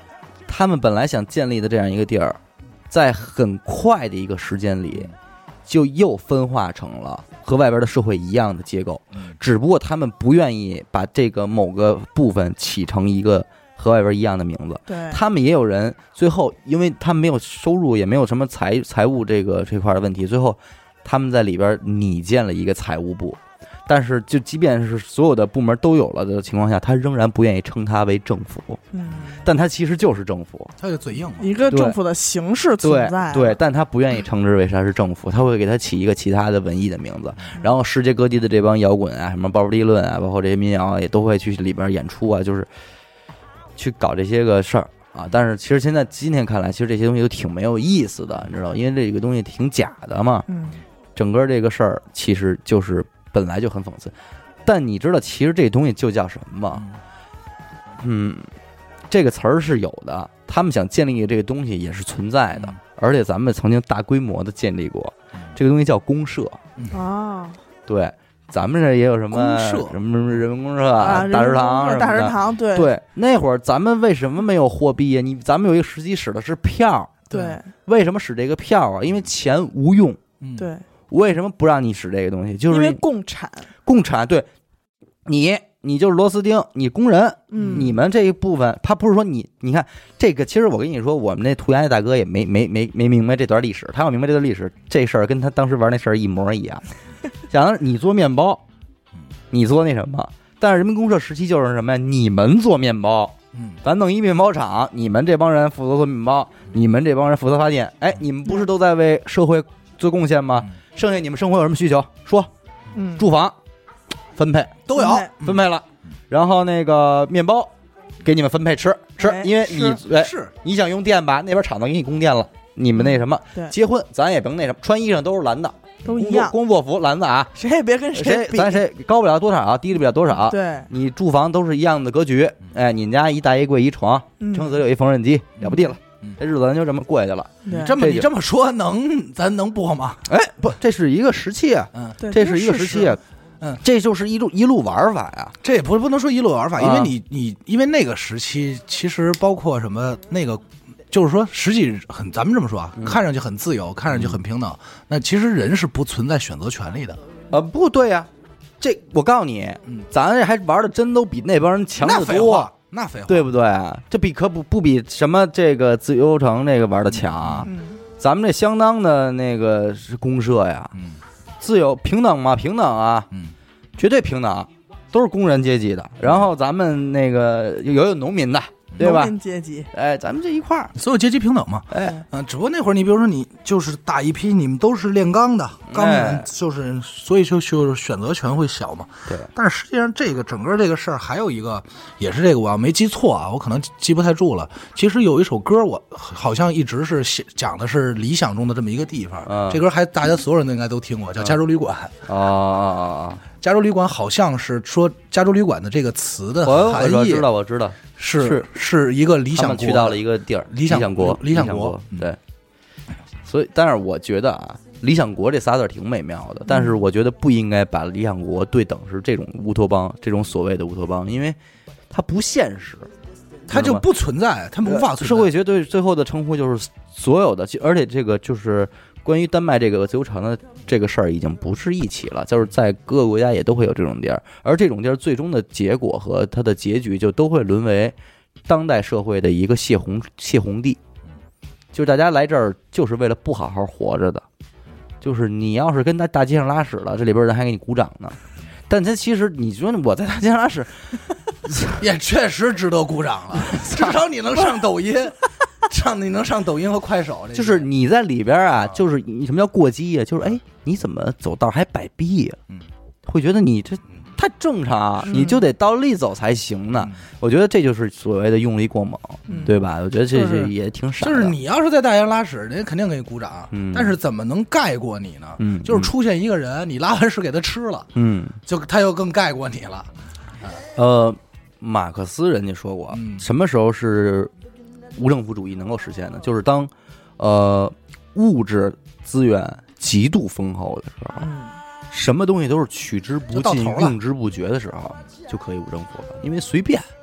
Speaker 4: 他们本来想建立的这样一个地儿，在很快的一个时间里，就又分化成了和外边的社会一样的结构，只不过他们不愿意把这个某个部分起成一个和外边一样的名字。
Speaker 2: 对，
Speaker 4: 他们也有人最后，因为他们没有收入，也没有什么财财务这个这块的问题，最后他们在里边拟建了一个财务部。但是，就即便是所有的部门都有了的情况下，他仍然不愿意称它为政府。
Speaker 2: 嗯，
Speaker 4: 但他其实就是政府，
Speaker 3: 他就嘴硬嘛，
Speaker 2: 一个政府的形式存在。
Speaker 4: 对，对，但他不愿意称之为啥是政府，他会给他起一个其他的文艺的名字。然后世界各地的这帮摇滚啊，什么鲍勃迪伦啊，包括这些民谣啊，也都会去里边演出啊，就是去搞这些个事儿啊。但是其实现在今天看来，其实这些东西都挺没有意思的，你知道，因为这个东西挺假的嘛。
Speaker 2: 嗯，
Speaker 4: 整个这个事儿其实就是本来就很讽刺。但你知道，其实这东西就叫什么吗？嗯，这个词儿是有的，他们想建立这个东西也是存在的，而且咱们曾经大规模的建立过。这个东西叫公社
Speaker 2: 啊，
Speaker 4: 对，咱们这也有什么什么什么人民公社啊、大食堂、
Speaker 2: 大食堂，对
Speaker 4: 对。那会儿咱们为什么没有货币呀？你咱们有一个时期使的是票，
Speaker 2: 对，
Speaker 4: 为什么使这个票啊？因为钱无用，
Speaker 2: 对。
Speaker 4: 为什么不让你使这个东西？就是
Speaker 2: 因为共产，
Speaker 4: 共产对。你你就是螺丝钉，你工人，
Speaker 2: 嗯，
Speaker 4: 你们这一部分，他不是说你，你看这个，其实我跟你说，我们那涂鸦那大哥也没没没没明白这段历史，他要明白这段历史，这事儿跟他当时玩那事儿一模一样。想你做面包，你做那什么，但是人民公社时期就是什么呀？你们做面包，
Speaker 3: 嗯，
Speaker 4: 咱弄一面包厂，你们这帮人负责做面包，你们这帮人负责发电，哎，你们不是都在为社会做贡献吗？剩下你们生活有什么需求？说，
Speaker 2: 嗯，
Speaker 4: 住房。分配
Speaker 3: 都有
Speaker 4: 分配了，然后那个面包给你们分配吃吃，因为你哎
Speaker 3: 是
Speaker 4: 你想用电吧，那边厂子给你供电了，你们那什么结婚咱也甭那什么，穿衣裳都是蓝的，
Speaker 2: 都一样，
Speaker 4: 工作服蓝的啊，
Speaker 2: 谁也别跟
Speaker 4: 谁
Speaker 2: 比，
Speaker 4: 咱谁高不了多少，低不了多少，
Speaker 2: 对，
Speaker 4: 你住房都是一样的格局，哎，你们家一大衣柜一床，撑死有一缝纫机，了不地了。这日子咱就这么过下去了。
Speaker 3: 你这么你这么说，能咱能播吗？
Speaker 4: 哎，不，这是一个时期啊，
Speaker 3: 嗯，
Speaker 4: 这是一个时期啊。嗯，这就是一路一路玩法呀，
Speaker 3: 这也不不能说一路玩法，因为你你因为那个时期其实包括什么那个，就是说实际很咱们这么说啊，看上去很自由，看上去很平等，那其实人是不存在选择权利的。
Speaker 4: 呃，不对呀，这我告诉你，咱这还玩的真都比那帮人强得多，
Speaker 3: 那废话，
Speaker 4: 对不对啊？这比可不不比什么这个自由城那个玩的强，咱们这相当的那个是公社呀。自由平等吗？平等啊，嗯，绝对平等，都是工人阶级的。然后咱们那个有有农民的，对吧？
Speaker 2: 农民阶级，
Speaker 4: 哎，咱们这一块儿，
Speaker 3: 所有阶级平等嘛。
Speaker 4: 哎，
Speaker 3: 嗯、呃，只不过那会儿你比如说你就是大一批，你们都是炼钢的，钢人就是，哎、所以就就是选择权会小嘛。
Speaker 4: 对。
Speaker 3: 但是实际上这个整个这个事儿还有一个，也是这个我要没记错啊，我可能记不太住了。其实有一首歌，我好像一直是讲的是理想中的这么一个地方。嗯。这歌还大家所有人都应该都听过，叫《加州旅馆》。
Speaker 4: 哦哦哦。
Speaker 3: 加州旅馆好像是说加州旅馆的这个词的含义，
Speaker 4: 我知道我知道
Speaker 3: 是
Speaker 4: 是
Speaker 3: 是一个理想国，
Speaker 4: 去到了一个地儿，
Speaker 3: 理想
Speaker 4: 国，
Speaker 3: 理想
Speaker 4: 国，对。所以，但是我觉得啊，理想国这仨字挺美妙的，但是我觉得不应该把理想国对等是这种乌托邦，这种所谓的乌托邦，因为它不现实，
Speaker 3: 它就不存在，它无法存在。
Speaker 4: 社会学对最后的称呼就是所有的，而且这个就是。关于丹麦这个自由城的这个事儿已经不是一起了，就是在各个国家也都会有这种地儿，而这种地儿最终的结果和它的结局就都会沦为当代社会的一个泄洪泄洪地，就是大家来这儿就是为了不好好活着的，就是你要是跟大大街上拉屎了，这里边人还给你鼓掌呢，但他其实你说我在大街上拉屎
Speaker 3: 也确实值得鼓掌了，至少你能上抖音。上你能上抖音和快手，
Speaker 4: 就是你在里边啊，就是你什么叫过激呀、啊？就是哎，你怎么走道还摆臂呀、啊？嗯，会觉得你这太正常，你就得倒立走才行呢。我觉得这就是所谓的用力过猛，对吧？我觉得这是也挺傻的。
Speaker 3: 就是你要是在大街上拉屎，人家肯定给你鼓掌，嗯，但是怎么能盖过你呢？嗯，就是出现一个人，你拉完屎给他吃了，嗯，就他又更盖过你了。
Speaker 4: 呃，马克思人家说过，什么时候是？无政府主义能够实现的，就是当，呃，物质资源极度丰厚的时候，嗯、什么东西都是取之不尽、用之不绝的时候，就可以无政府了。因为随便，嗯，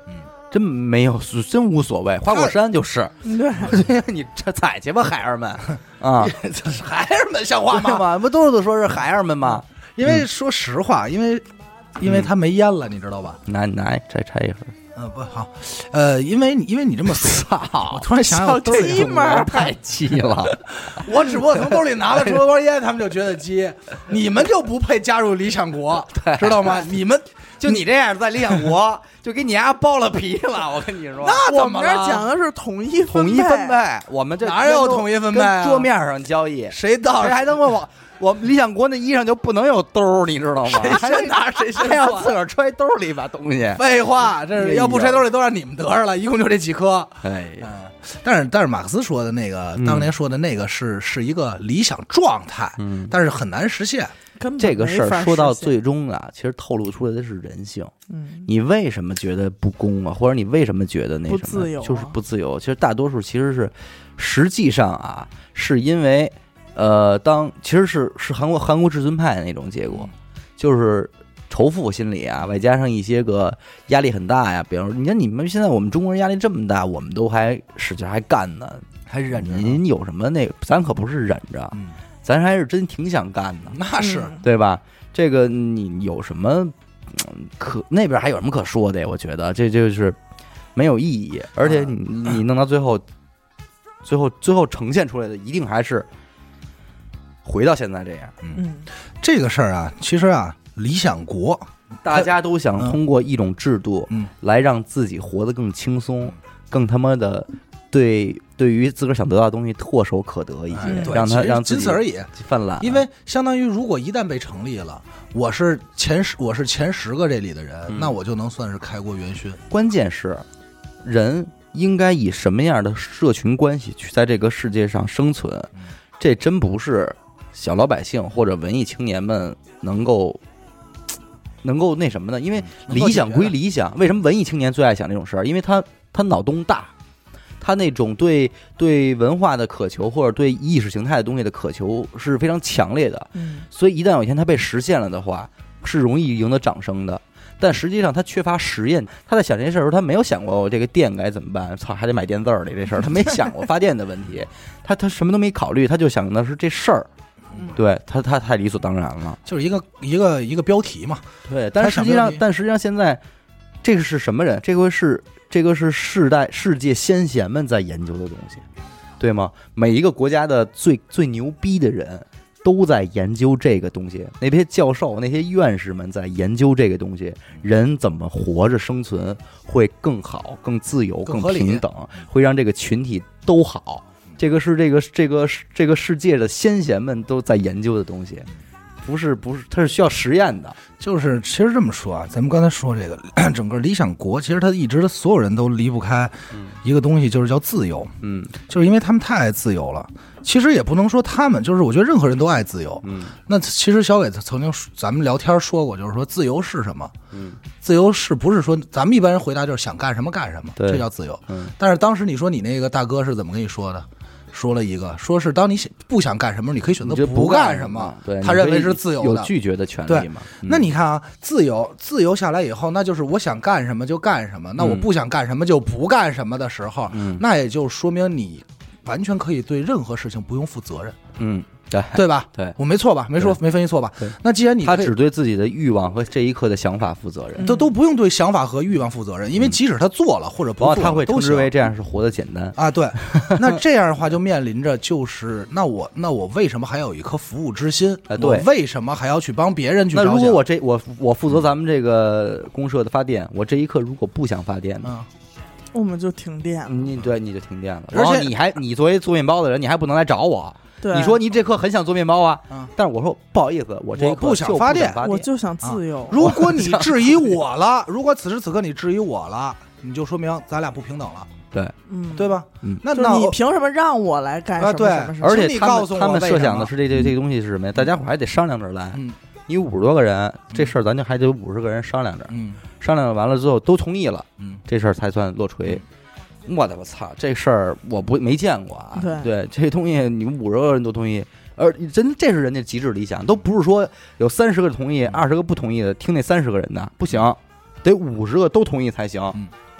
Speaker 4: 真没有，真无所谓。花果山就是，
Speaker 2: 对，
Speaker 4: 你这采去吧，孩儿们啊，
Speaker 3: 孩儿们像话
Speaker 4: 吗？不都是说是孩儿们吗？
Speaker 3: 因为说实话，因为因为它没烟了，你知道吧？
Speaker 4: 拿拿再拆一盒。
Speaker 3: 嗯，不好，呃，因为因为你这么说，我突然想想，兜里
Speaker 4: 太鸡了。
Speaker 3: 我只不过从兜里拿了出包烟，他们就觉得鸡，你们就不配加入理想国，知道吗？你们
Speaker 4: 就你这样在理想国，就给你丫剥了皮了。我跟你说，
Speaker 3: 那怎么了？
Speaker 2: 我们这讲的是统一
Speaker 4: 统一分配，我们这
Speaker 3: 哪有统一分配啊？
Speaker 4: 桌面上交易，
Speaker 3: 谁到
Speaker 4: 谁还能问我？我理想国那衣裳就不能有兜，你知道吗？
Speaker 3: 谁先拿谁先
Speaker 4: 还要自个儿揣兜里把东西。
Speaker 3: 废话，这是要不揣兜里都让你们得着了，一共就这几颗。
Speaker 4: 哎呀，
Speaker 3: 但是但是马克思说的那个，当年说的那个是是一个理想状态，嗯，但是很难实现。
Speaker 4: 这个事儿说到最终啊，其实透露出来的是人性。嗯，你为什么觉得不公啊？或者你为什么觉得那什么就是不自由？其实大多数其实是，实际上啊，是因为。呃，当其实是是韩国韩国至尊派的那种结果，就是仇富心理啊，外加上一些个压力很大呀。比如，你看你们现在我们中国人压力这么大，我们都还使劲还干呢，
Speaker 3: 还忍着。
Speaker 4: 您有什么那个？咱可不是忍着，嗯、咱还是真挺想干的。
Speaker 3: 那是、
Speaker 4: 嗯、对吧？这个你有什么可那边还有什么可说的？我觉得这就是没有意义，而且你你弄到最后，最后最后呈现出来的一定还是。回到现在这样，
Speaker 3: 嗯，这个事儿啊，其实啊，理想国，
Speaker 4: 大家都想通过一种制度，嗯，来让自己活得更轻松，更他妈的对对于自个儿想得到的东西唾手可得一些，哎、让他让自己
Speaker 3: 仅此而已，
Speaker 4: 泛滥。
Speaker 3: 因为相当于如果一旦被成立了，我是前十，我是前十个这里的人，嗯、那我就能算是开国元勋。
Speaker 4: 关键是，人应该以什么样的社群关系去在这个世界上生存？嗯、这真不是。小老百姓或者文艺青年们能够能够那什么呢？因为理想归理想，为什么文艺青年最爱想这种事儿？因为他他脑洞大，他那种对对文化的渴求或者对意识形态的东西的渴求是非常强烈的。嗯，所以一旦有一天他被实现了的话，是容易赢得掌声的。但实际上他缺乏实验，他在想这些事儿的时候，他没有想过这个电该怎么办，操，还得买电字儿里这事儿，他没想过发电的问题，他他什么都没考虑，他就想的是这事儿。对他，他太理所当然了，
Speaker 3: 就是一个一个一个标题嘛。
Speaker 4: 对，但是实际上，但实际上现在这个是什么人？这个是这个是世代世界先贤们在研究的东西，对吗？每一个国家的最最牛逼的人都在研究这个东西，那些教授、那些院士们在研究这个东西，人怎么活着生存会更好、更自由、更平等，会让这个群体都好。这个是这个这个这个世界的先贤们都在研究的东西，不是不是，它是需要实验的。
Speaker 3: 就是其实这么说啊，咱们刚才说这个整个理想国，其实它一直所有人都离不开一个东西，就是叫自由。嗯，就是因为他们太爱自由了。其实也不能说他们，就是我觉得任何人都爱自由。嗯，那其实小伟曾经咱们聊天说过，就是说自由是什么？嗯，自由是不是说咱们一般人回答就是想干什么干什么，这叫自由。嗯，但是当时你说你那个大哥是怎么跟你说的？说了一个，说是当你不想干什么，你可以选择不干什么。
Speaker 4: 对，
Speaker 3: 他认为是自由的，
Speaker 4: 有拒绝的权利嘛。
Speaker 3: 嗯、那你看啊，自由自由下来以后，那就是我想干什么就干什么，那我不想干什么就不干什么的时候，嗯、那也就说明你完全可以对任何事情不用负责任。嗯。
Speaker 4: 对
Speaker 3: 对吧？
Speaker 4: 对，
Speaker 3: 我没错吧？没说没分析错吧？那既然你
Speaker 4: 他只对自己的欲望和这一刻的想法负责任，
Speaker 3: 都都不用对想法和欲望负责任，因为即使他做了或者不做了，
Speaker 4: 他会称之为这样是活得简单
Speaker 3: 啊。对，那这样的话就面临着就是，那我那我为什么还有一颗服务之心？
Speaker 4: 哎，对，
Speaker 3: 我为什么还要去帮别人去着想？
Speaker 4: 那如果我这我我负责咱们这个公社的发电，我这一刻如果不想发电呢？
Speaker 2: 我们就停电了。
Speaker 4: 你对你就停电了，而且你还你作为做面包的人，你还不能来找我。
Speaker 2: 对，
Speaker 4: 你说你这刻很想做面包啊，嗯、但是我说不好意思，我这一刻
Speaker 3: 不想发电，
Speaker 2: 我就想自由。啊、
Speaker 3: 如果你质疑我了，如果此时此刻你质疑我了，你就说明咱俩不平等了。
Speaker 4: 对，
Speaker 2: 嗯，
Speaker 3: 对吧？
Speaker 2: 嗯，那那你凭什么让我来干什么？
Speaker 3: 对，
Speaker 4: 而且
Speaker 3: 你告诉我，
Speaker 4: 他们设想的是这这这个东西是什么呀？大家伙还得商量着来。嗯，你五十多个人，这事儿咱就还得五十个人商量着。嗯，商量完了之后都同意了，嗯，这事儿才算落锤。我的我操，这事儿我不没见过啊！
Speaker 2: 对
Speaker 4: 对，这东西你们五十个人都同意，而真这是人家极致理想，都不是说有三十个同意，二十个不同意的，听那三十个人的不行，得五十个都同意才行。嗯，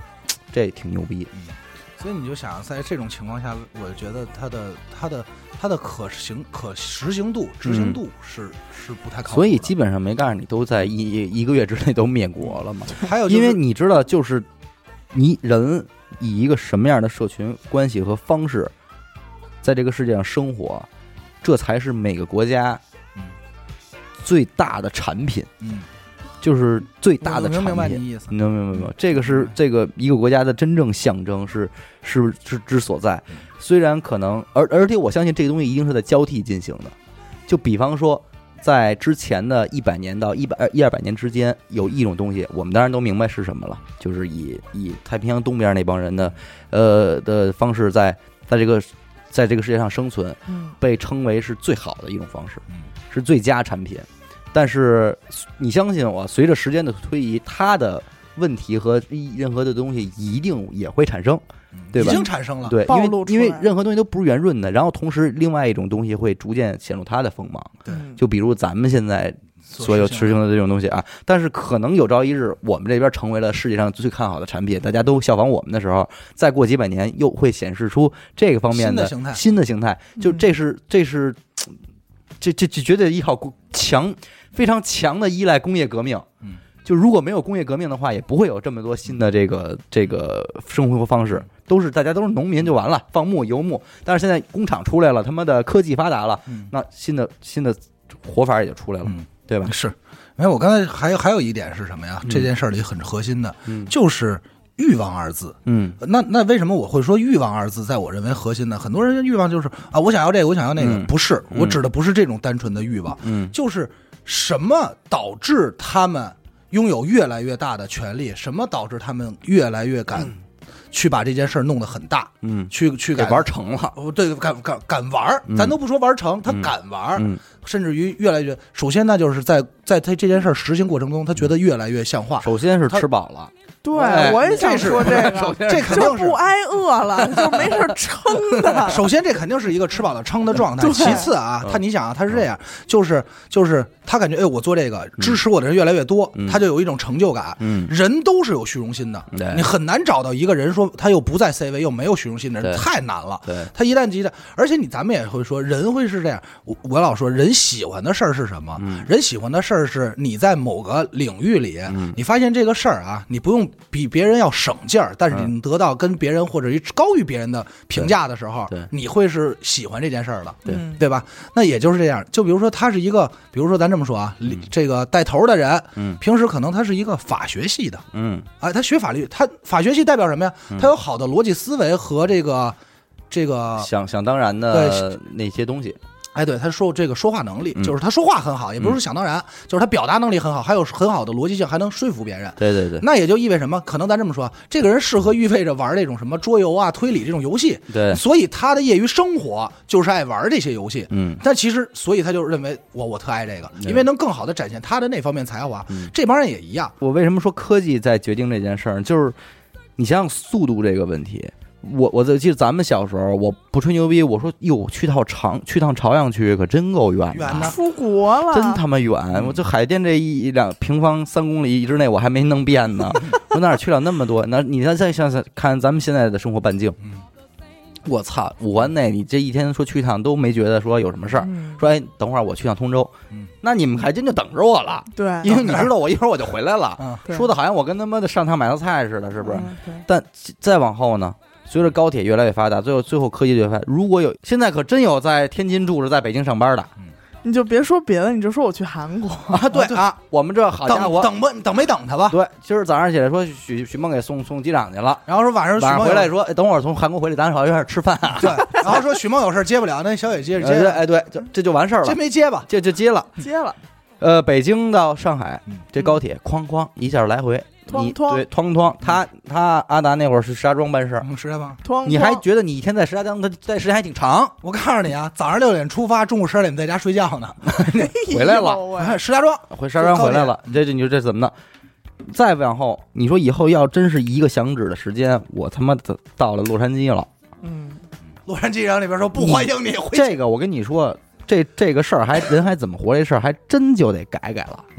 Speaker 4: 这挺牛逼。
Speaker 3: 所以你就想，在这种情况下，我觉得它的它的它的可行可实行度、执行度是、嗯、是不太靠谱的。
Speaker 4: 所以基本上没告诉你都在一一个月之内都灭国了嘛。
Speaker 3: 还有、就是，
Speaker 4: 因为你知道，就是你人以一个什么样的社群关系和方式，在这个世界上生活，这才是每个国家最大的产品。嗯。就是最大的产品，
Speaker 3: 明白你意思？
Speaker 4: 你能明白吗？这个是这个一个国家的真正象征，是是是之所在。虽然可能，而而且我相信这个东西一定是在交替进行的。就比方说，在之前的一百年到一百一二百年之间，有一种东西，我们当然都明白是什么了，就是以以太平洋东边那帮人的呃的方式在，在在这个在这个世界上生存，被称为是最好的一种方式，是最佳产品。但是你相信我，随着时间的推移，它的问题和任何的东西一定也会产生，对吧？
Speaker 3: 已经产生了，
Speaker 4: 对，因为因为任何东西都不是圆润的，然后同时另外一种东西会逐渐显露它的锋芒。
Speaker 3: 对，
Speaker 4: 就比如咱们现在所有实行的这种东西啊，但是可能有朝一日我们这边成为了世界上最看好的产品，大家都效仿我们的时候，再过几百年又会显示出这个方面的
Speaker 3: 新的形态，
Speaker 4: 新的形态。就这是这是这这这绝对依靠强。非常强的依赖工业革命，嗯，就如果没有工业革命的话，也不会有这么多新的这个这个生活方式，都是大家都是农民就完了，放牧游牧。但是现在工厂出来了，他妈的科技发达了，嗯、那新的新的活法也就出来了，嗯、对吧？
Speaker 3: 是，没有，我刚才还有还有一点是什么呀？嗯、这件事里很核心的，嗯、就是欲望二字。嗯，那那为什么我会说欲望二字在我认为核心呢？很多人欲望就是啊，我想要这个，我想要那个，嗯、不是，我指的不是这种单纯的欲望，嗯，就是。什么导致他们拥有越来越大的权利？什么导致他们越来越敢去把这件事弄得很大？嗯，去去
Speaker 4: 给玩成了。
Speaker 3: 对，敢敢敢玩，咱都不说玩成，他敢玩，嗯、甚至于越来越。首先呢，就是在在他这件事实行过程中，他觉得越来越像话。
Speaker 4: 首先是吃饱了。
Speaker 2: 对，我也想说这个，
Speaker 3: 这肯定
Speaker 2: 是不挨饿了，就没事撑的。
Speaker 3: 首先，这肯定是一个吃饱了撑的状态。其次啊，他你想啊，他是这样，就是就是他感觉，哎，我做这个支持我的人越来越多，
Speaker 4: 嗯、
Speaker 3: 他就有一种成就感。嗯，人都是有虚荣心的，
Speaker 4: 嗯、
Speaker 3: 你很难找到一个人说他又不在 C 位又没有虚荣心的人，太难了。
Speaker 4: 对，
Speaker 3: 他一旦一旦，而且你咱们也会说，人会是这样。我我老说，人喜欢的事儿是什么？
Speaker 4: 嗯、
Speaker 3: 人喜欢的事儿是你在某个领域里，嗯、你发现这个事儿啊，你不用比别人要省劲儿，但是你得到跟别人或者高于别人的评价的时候，你会是喜欢这件事儿的，
Speaker 4: 对
Speaker 3: 对吧？那也就是这样。就比如说，他是一个，比如说咱这么说啊，
Speaker 4: 嗯、
Speaker 3: 这个带头的人，
Speaker 4: 嗯，
Speaker 3: 平时可能他是一个法学系的，
Speaker 4: 嗯，
Speaker 3: 哎，他学法律，他法学系代表什么呀？
Speaker 4: 嗯、
Speaker 3: 他有好的逻辑思维和这个这个
Speaker 4: 想想当然的那些东西。
Speaker 3: 哎，对，他说这个说话能力，
Speaker 4: 嗯、
Speaker 3: 就是他说话很好，也不是想当然，嗯、就是他表达能力很好，还有很好的逻辑性，还能说服别人。
Speaker 4: 对对对，
Speaker 3: 那也就意味什么？可能咱这么说，这个人适合预备着玩这种什么桌游啊、推理这种游戏。
Speaker 4: 对，
Speaker 3: 所以他的业余生活就是爱玩这些游戏。
Speaker 4: 嗯，
Speaker 3: 但其实，所以他就认为我我特爱这个，因为能更好的展现他的那方面才华。
Speaker 4: 嗯、
Speaker 3: 这帮人也一样。
Speaker 4: 我为什么说科技在决定这件事儿？就是你想想速度这个问题。我我记得咱们小时候，我不吹牛逼，我说哟，去趟长去趟朝阳区可真够远的，
Speaker 3: 远的
Speaker 2: 出国了，
Speaker 4: 真他妈远！我这海淀这一两平方三公里之内，我还没弄遍呢，我哪去了那么多？那你再再想想看，咱们现在的生活半径，我操，五环内你这一天说去趟都没觉得说有什么事儿，
Speaker 2: 嗯、
Speaker 4: 说哎，等会儿我去趟通州，嗯、那你们还真就等着我了，
Speaker 2: 对，
Speaker 4: 因为你知道我一会儿我就回来了，
Speaker 2: 嗯、
Speaker 4: 说的好像我跟他妈的上趟买道菜似的，是不是？
Speaker 2: 嗯、
Speaker 4: 但再往后呢？随着高铁越来越发达，最后最后科技越来越发达，如果有现在可真有在天津住着，在北京上班的，
Speaker 2: 你就别说别的，你就说我去韩国
Speaker 4: 啊，对啊，我们这好家伙，
Speaker 3: 等不等没等他吧？
Speaker 4: 对，今儿早上起来说许许梦给送送机长去了，
Speaker 3: 然后说晚上
Speaker 4: 晚上回来说，哎，等会儿从韩国回来，咱好一块吃饭啊。
Speaker 3: 对，然后说许梦有事接不了，那小野接着接，
Speaker 4: 哎，对，这这就完事儿了，
Speaker 3: 这没接吧？
Speaker 4: 这就接了，
Speaker 2: 接了。
Speaker 4: 呃，北京到上海这高铁哐哐一下来回。你对，哐哐，他他阿达那会儿是石家庄办事，
Speaker 3: 嗯，石家庄，
Speaker 4: 你还觉得你一天在石家庄，他在时间还挺长？
Speaker 3: 我告诉你啊，早上六点出发，中午十二点在家睡觉呢，
Speaker 4: 回来了，
Speaker 3: 石家庄
Speaker 4: 回石家庄回来了，这这你说这怎么的？再往后，你说以后要真是一个响指的时间，我他妈的到了洛杉矶了，
Speaker 2: 嗯，
Speaker 3: 洛杉矶人里边说不欢迎你回去。
Speaker 4: 这个我跟你说，这这个事儿还人还怎么活这事儿还真就得改改了，
Speaker 3: 嗯。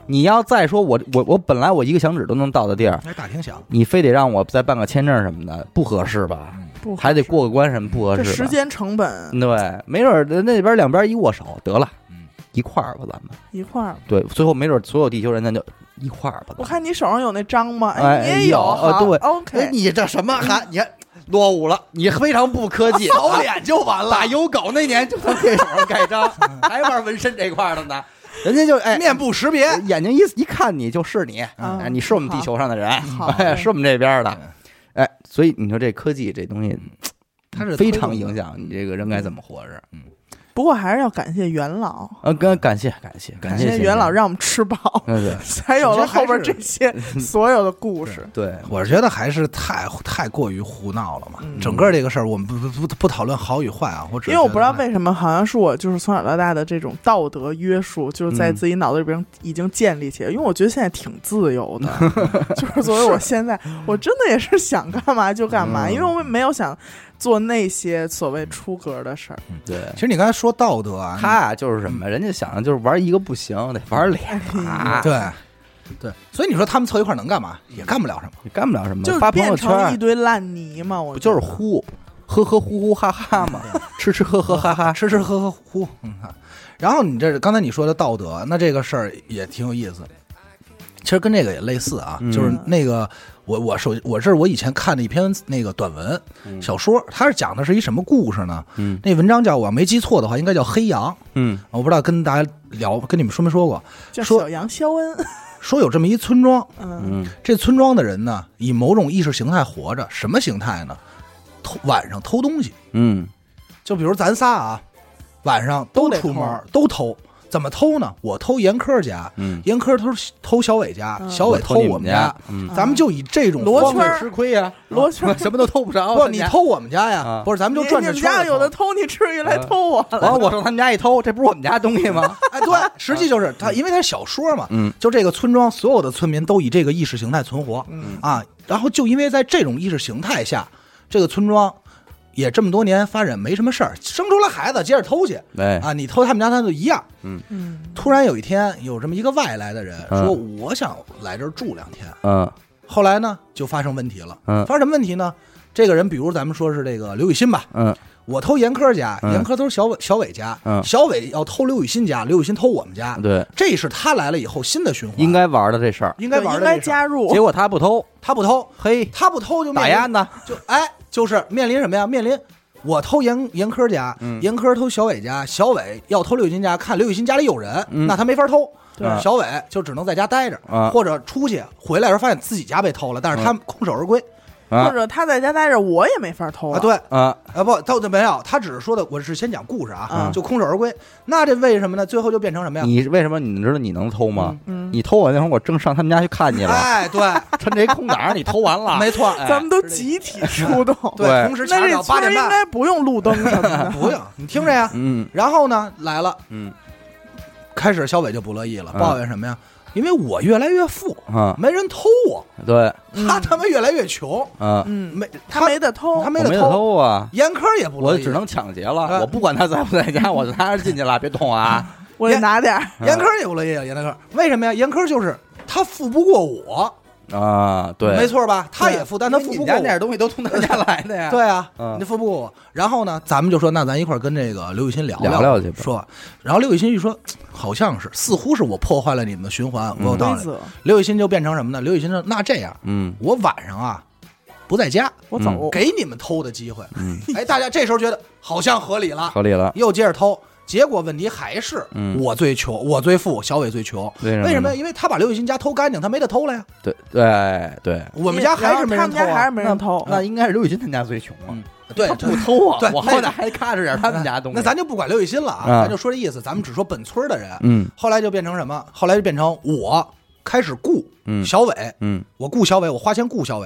Speaker 4: 你要再说我我我本来我一个响指都能到的地儿，
Speaker 3: 那大厅响，
Speaker 4: 你非得让我再办个签证什么的，不合适吧？
Speaker 2: 不合适
Speaker 4: 还得过个关什么，不合适吧。
Speaker 2: 这时间成本，
Speaker 4: 对，没准儿那边两边一握手得了，
Speaker 3: 嗯，
Speaker 4: 一块儿吧，咱们
Speaker 2: 一块儿。
Speaker 4: 对，最后没准所有地球人咱就一块儿吧。
Speaker 2: 我看你手上有那章吗？
Speaker 4: 哎，
Speaker 2: 你也有
Speaker 4: 啊？对
Speaker 2: ，OK。
Speaker 4: 哎，你这什么还你还落伍了？你非常不科技，
Speaker 3: 扫脸就完了。
Speaker 4: 打有狗那年就从这手上盖章，还玩纹身这块的呢。人家就哎，
Speaker 3: 面部识别，
Speaker 4: 眼睛一一看你就是你，
Speaker 2: 嗯
Speaker 4: 哎，你是我们地球上的人，
Speaker 2: 好
Speaker 4: 哎，是我们这边的，哎，所以你说这科技这东西，
Speaker 3: 它是
Speaker 4: 非常影响你这个人该怎么活着。嗯，
Speaker 2: 不过还是要感谢元老，
Speaker 4: 啊，感感谢感谢
Speaker 2: 感
Speaker 4: 谢
Speaker 2: 元老，让我们吃饱，
Speaker 4: 对对
Speaker 2: 才有了后边这些所有的故事。
Speaker 4: 对，
Speaker 3: 我是觉得还是太太过于胡闹了嘛。
Speaker 2: 嗯
Speaker 3: 整个这个事儿，我们不不不不讨论好与坏啊。我只
Speaker 2: 因为我不知道为什么，好像是我就是从小到大的这种道德约束，就是在自己脑子里边已经建立起来。因为我觉得现在挺自由的，就是所以我现在我真的也是想干嘛就干嘛，因为我没有想做那些所谓出格的事儿。
Speaker 4: 对，
Speaker 3: 其实你刚才说道德啊，
Speaker 4: 他啊就是什么，人家想的就是玩一个不行，得玩俩，
Speaker 3: 对对，所以你说他们凑一块能干嘛？也干不了什么，
Speaker 4: 你干不了什么，
Speaker 2: 就是
Speaker 4: 发朋友
Speaker 2: 变成一
Speaker 4: 圈
Speaker 2: 堆烂泥嘛。我
Speaker 4: 不就是呼呵呵呼呼哈哈嘛，吃吃喝喝哈哈，
Speaker 3: 吃吃喝喝呼。嗯，然后你这刚才你说的道德，那这个事儿也挺有意思。其实跟这个也类似啊，
Speaker 4: 嗯
Speaker 3: 就是那个我我首我这是我以前看的一篇那个短文、
Speaker 4: 嗯、
Speaker 3: 小说，它是讲的是一什么故事呢？
Speaker 4: 嗯，
Speaker 3: 那文章叫我没记错的话，应该叫《黑羊》。
Speaker 4: 嗯，
Speaker 3: 我不知道跟大家聊，跟你们说没说过？
Speaker 2: 叫小羊肖恩。
Speaker 3: 说有这么一村庄，
Speaker 2: 嗯，
Speaker 3: 这村庄的人呢，以某种意识形态活着，什么形态呢？偷晚上偷东西。
Speaker 4: 嗯，
Speaker 3: 就比如咱仨啊，晚上都出门都偷。怎么偷呢？我偷严科家，
Speaker 4: 嗯，
Speaker 3: 严科偷偷小伟家，嗯、小伟偷我们家，
Speaker 4: 嗯，
Speaker 3: 咱们就以这种
Speaker 2: 罗圈
Speaker 4: 吃亏呀，
Speaker 2: 罗圈
Speaker 4: 什么都偷不着。
Speaker 3: 不，你偷我们家呀？
Speaker 4: 啊、
Speaker 3: 不是，咱们就转着圈。
Speaker 2: 你们家有的偷，你至于来偷我了？
Speaker 4: 完了，我上他们家一偷，这不是我们家东西吗？
Speaker 3: 哎，对，实际就是他，因为他是小说嘛，
Speaker 4: 嗯，
Speaker 3: 就这个村庄所有的村民都以这个意识形态存活，
Speaker 2: 嗯
Speaker 3: 啊，然后就因为在这种意识形态下，这个村庄。也这么多年发展没什么事儿，生出来孩子接着偷去，
Speaker 4: 哎
Speaker 3: 啊，你偷他们家他就一样，
Speaker 4: 嗯
Speaker 2: 嗯。
Speaker 3: 突然有一天有这么一个外来的人说，我想来这儿住两天，
Speaker 4: 嗯，
Speaker 3: 后来呢就发生问题了，
Speaker 4: 嗯，
Speaker 3: 发生什么问题呢？这个人比如咱们说是这个刘雨欣吧，
Speaker 4: 嗯，
Speaker 3: 我偷严科家，严科偷小伟小伟家，
Speaker 4: 嗯，
Speaker 3: 小伟要偷刘雨欣家，刘雨欣偷我们家，
Speaker 4: 对，
Speaker 3: 这是他来了以后新的循环，
Speaker 4: 应该玩的这事儿，
Speaker 3: 应该玩的
Speaker 2: 应该加入，
Speaker 4: 结果他不偷，
Speaker 3: 他不偷，
Speaker 4: 嘿，
Speaker 3: 他不偷就
Speaker 4: 打压呢，
Speaker 3: 就哎，就是面临什么呀？面临。我偷严严科家，
Speaker 4: 嗯、
Speaker 3: 严科偷小伟家，小伟要偷刘雨欣家，看刘雨欣家里有人，
Speaker 4: 嗯、
Speaker 3: 那他没法偷，
Speaker 2: 对
Speaker 3: 小伟就只能在家待着，
Speaker 4: 啊、
Speaker 3: 或者出去回来时候发现自己家被偷了，但是他空手而归，
Speaker 4: 啊、
Speaker 2: 或者他在家待着，我也没法偷
Speaker 3: 啊。对
Speaker 4: 啊
Speaker 3: 啊不，他没有，他只是说的，我是先讲故事啊，
Speaker 2: 嗯、
Speaker 3: 就空手而归。那这为什么呢？最后就变成什么呀？
Speaker 4: 你为什么你知道你能偷吗？
Speaker 2: 嗯，
Speaker 4: 你偷我那会儿，我正上他们家去看去了。
Speaker 3: 哎，对，
Speaker 4: 趁这空档你偷完了，
Speaker 3: 没错，
Speaker 4: 哎、
Speaker 2: 咱们都集体出动，
Speaker 3: 对，同时
Speaker 2: 那这
Speaker 3: 八点半
Speaker 2: 应该不用路灯什么的，
Speaker 3: 不用，你听着呀。
Speaker 4: 嗯，
Speaker 3: 然后呢来了，
Speaker 4: 嗯，
Speaker 3: 开始小伟就不乐意了，抱怨什么呀？因为我越来越富
Speaker 4: 啊，
Speaker 3: 没人偷我，
Speaker 4: 对，
Speaker 3: 他他妈越来越穷
Speaker 4: 啊，
Speaker 2: 嗯，
Speaker 3: 没
Speaker 2: 他没得偷，
Speaker 3: 他没
Speaker 4: 得偷啊，
Speaker 3: 严科也不乐意，
Speaker 4: 我只能抢劫了，我不管他在不在家，我就拿着进去了，别动啊，
Speaker 2: 我得拿点。
Speaker 3: 严科也不乐意啊，严科为什么呀？严科就是他富不过我
Speaker 4: 啊，对，
Speaker 3: 没错吧？他也富，但他富不过我，
Speaker 4: 你家那点东西都从他家来的呀，
Speaker 3: 对啊，
Speaker 4: 嗯、
Speaker 3: 你富不过我。然后呢，咱们就说，那咱一块儿跟这个刘雨欣聊
Speaker 4: 聊聊去吧。
Speaker 3: 说，然后刘雨欣一说，好像是，似乎是我破坏了你们的循环，我有道理。
Speaker 2: 嗯、
Speaker 3: 刘雨欣就变成什么呢？刘雨欣说，那这样，
Speaker 4: 嗯，
Speaker 3: 我晚上啊不在家，
Speaker 2: 我走，
Speaker 3: 嗯、给你们偷的机会。嗯，哎，大家这时候觉得好像合理了，
Speaker 4: 合理了，
Speaker 3: 又接着偷。结果问题还是我最穷，嗯、我最富，小伟最穷。
Speaker 4: 为什么？
Speaker 3: 为什么？因为他把刘雨欣家偷干净，他没得偷了呀。
Speaker 4: 对对对，
Speaker 3: 我们家还是没人偷、啊，
Speaker 2: 他们家还是没人偷。
Speaker 4: 那, 那应该是刘雨欣他们家最穷啊。
Speaker 3: 嗯、对，
Speaker 4: 他不偷啊，
Speaker 3: 对，
Speaker 4: 我好歹还咔哧点他们家东西。
Speaker 3: 那咱就不管刘雨欣了啊，
Speaker 4: 啊
Speaker 3: 咱就说这意思，咱们只说本村的人。
Speaker 4: 嗯，
Speaker 3: 后来就变成什么？后来就变成我开始雇小伟，
Speaker 4: 嗯，
Speaker 3: 我雇小伟，我花钱雇小伟，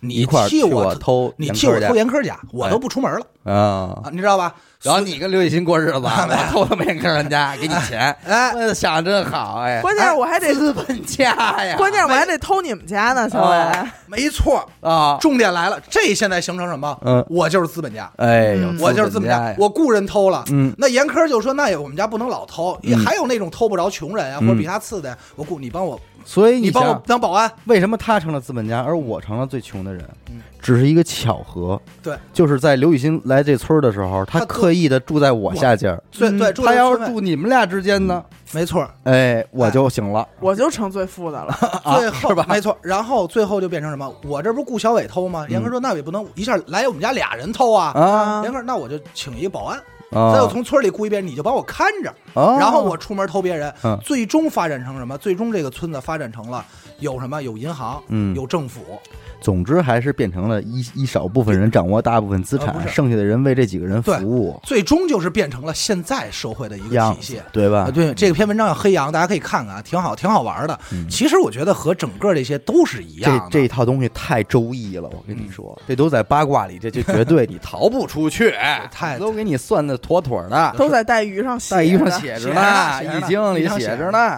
Speaker 3: 你
Speaker 4: 一块
Speaker 3: 替
Speaker 4: 我偷，
Speaker 3: 你替我偷严科家，我都不出门了、
Speaker 4: 哎、啊，
Speaker 3: 你知道吧？
Speaker 4: 然后你跟刘雨欣过日子，我偷他们严科人家给你钱，
Speaker 3: 哎，
Speaker 4: 我想的真好哎。
Speaker 2: 关键我还得
Speaker 4: 资本家呀，
Speaker 2: 关键我还得偷你们家呢，小伟、
Speaker 3: 啊。没错
Speaker 4: 啊，
Speaker 3: 重点来了，这现在形成什么？
Speaker 4: 嗯，
Speaker 3: 我就是资本家，
Speaker 4: 哎呦，
Speaker 3: 嗯、我就是资本家，我雇人偷了，
Speaker 4: 嗯，
Speaker 3: 那严科就说，那我们家不能老偷，也、嗯、还有那种偷不着穷人啊，
Speaker 4: 嗯、
Speaker 3: 或者比他次的，我雇你帮我。
Speaker 4: 所以你
Speaker 3: 你帮我当保安，
Speaker 4: 为什么他成了资本家，而我成了最穷的人？嗯，只是一个巧合。
Speaker 3: 对，
Speaker 4: 就是在刘雨欣来这村的时候，他刻意的住在我下家。
Speaker 3: 对对，
Speaker 4: 他要是住你们俩之间呢？
Speaker 3: 没错，
Speaker 4: 哎，我就行了，
Speaker 2: 我就成最富的了。
Speaker 3: 最后是吧？没错，然后最后就变成什么？我这不是顾小伟偷吗？严哥说，那也不能一下来我们家俩人偷啊。
Speaker 4: 啊，
Speaker 3: 严哥，那我就请一个保安。
Speaker 4: 哦、
Speaker 3: 再我从村里雇一遍，你就帮我看着，
Speaker 4: 哦、
Speaker 3: 然后我出门偷别人、
Speaker 4: 嗯，
Speaker 3: 最终发展成什么？最终这个村子发展成了有什么？有银行，
Speaker 4: 嗯，
Speaker 3: 有政府。
Speaker 4: 总之还是变成了一一少部分人掌握大部分资产，
Speaker 3: 呃、
Speaker 4: 剩下的人为这几个人服务。
Speaker 3: 最终就是变成了现在社会的一个体系，
Speaker 4: 对吧？
Speaker 3: 呃、对，这个篇文章叫黑羊，大家可以看看啊，挺好，挺好玩的。
Speaker 4: 嗯、
Speaker 3: 其实我觉得和整个这些都是一样的。
Speaker 4: 这这一套东西太周易了，我跟你说，嗯、这都在八卦里，这就绝对你逃不出去，
Speaker 3: 太
Speaker 4: 都给你算的妥妥的，
Speaker 2: 都在带鱼上写，
Speaker 4: 带鱼上写着呢，易经里写着呢。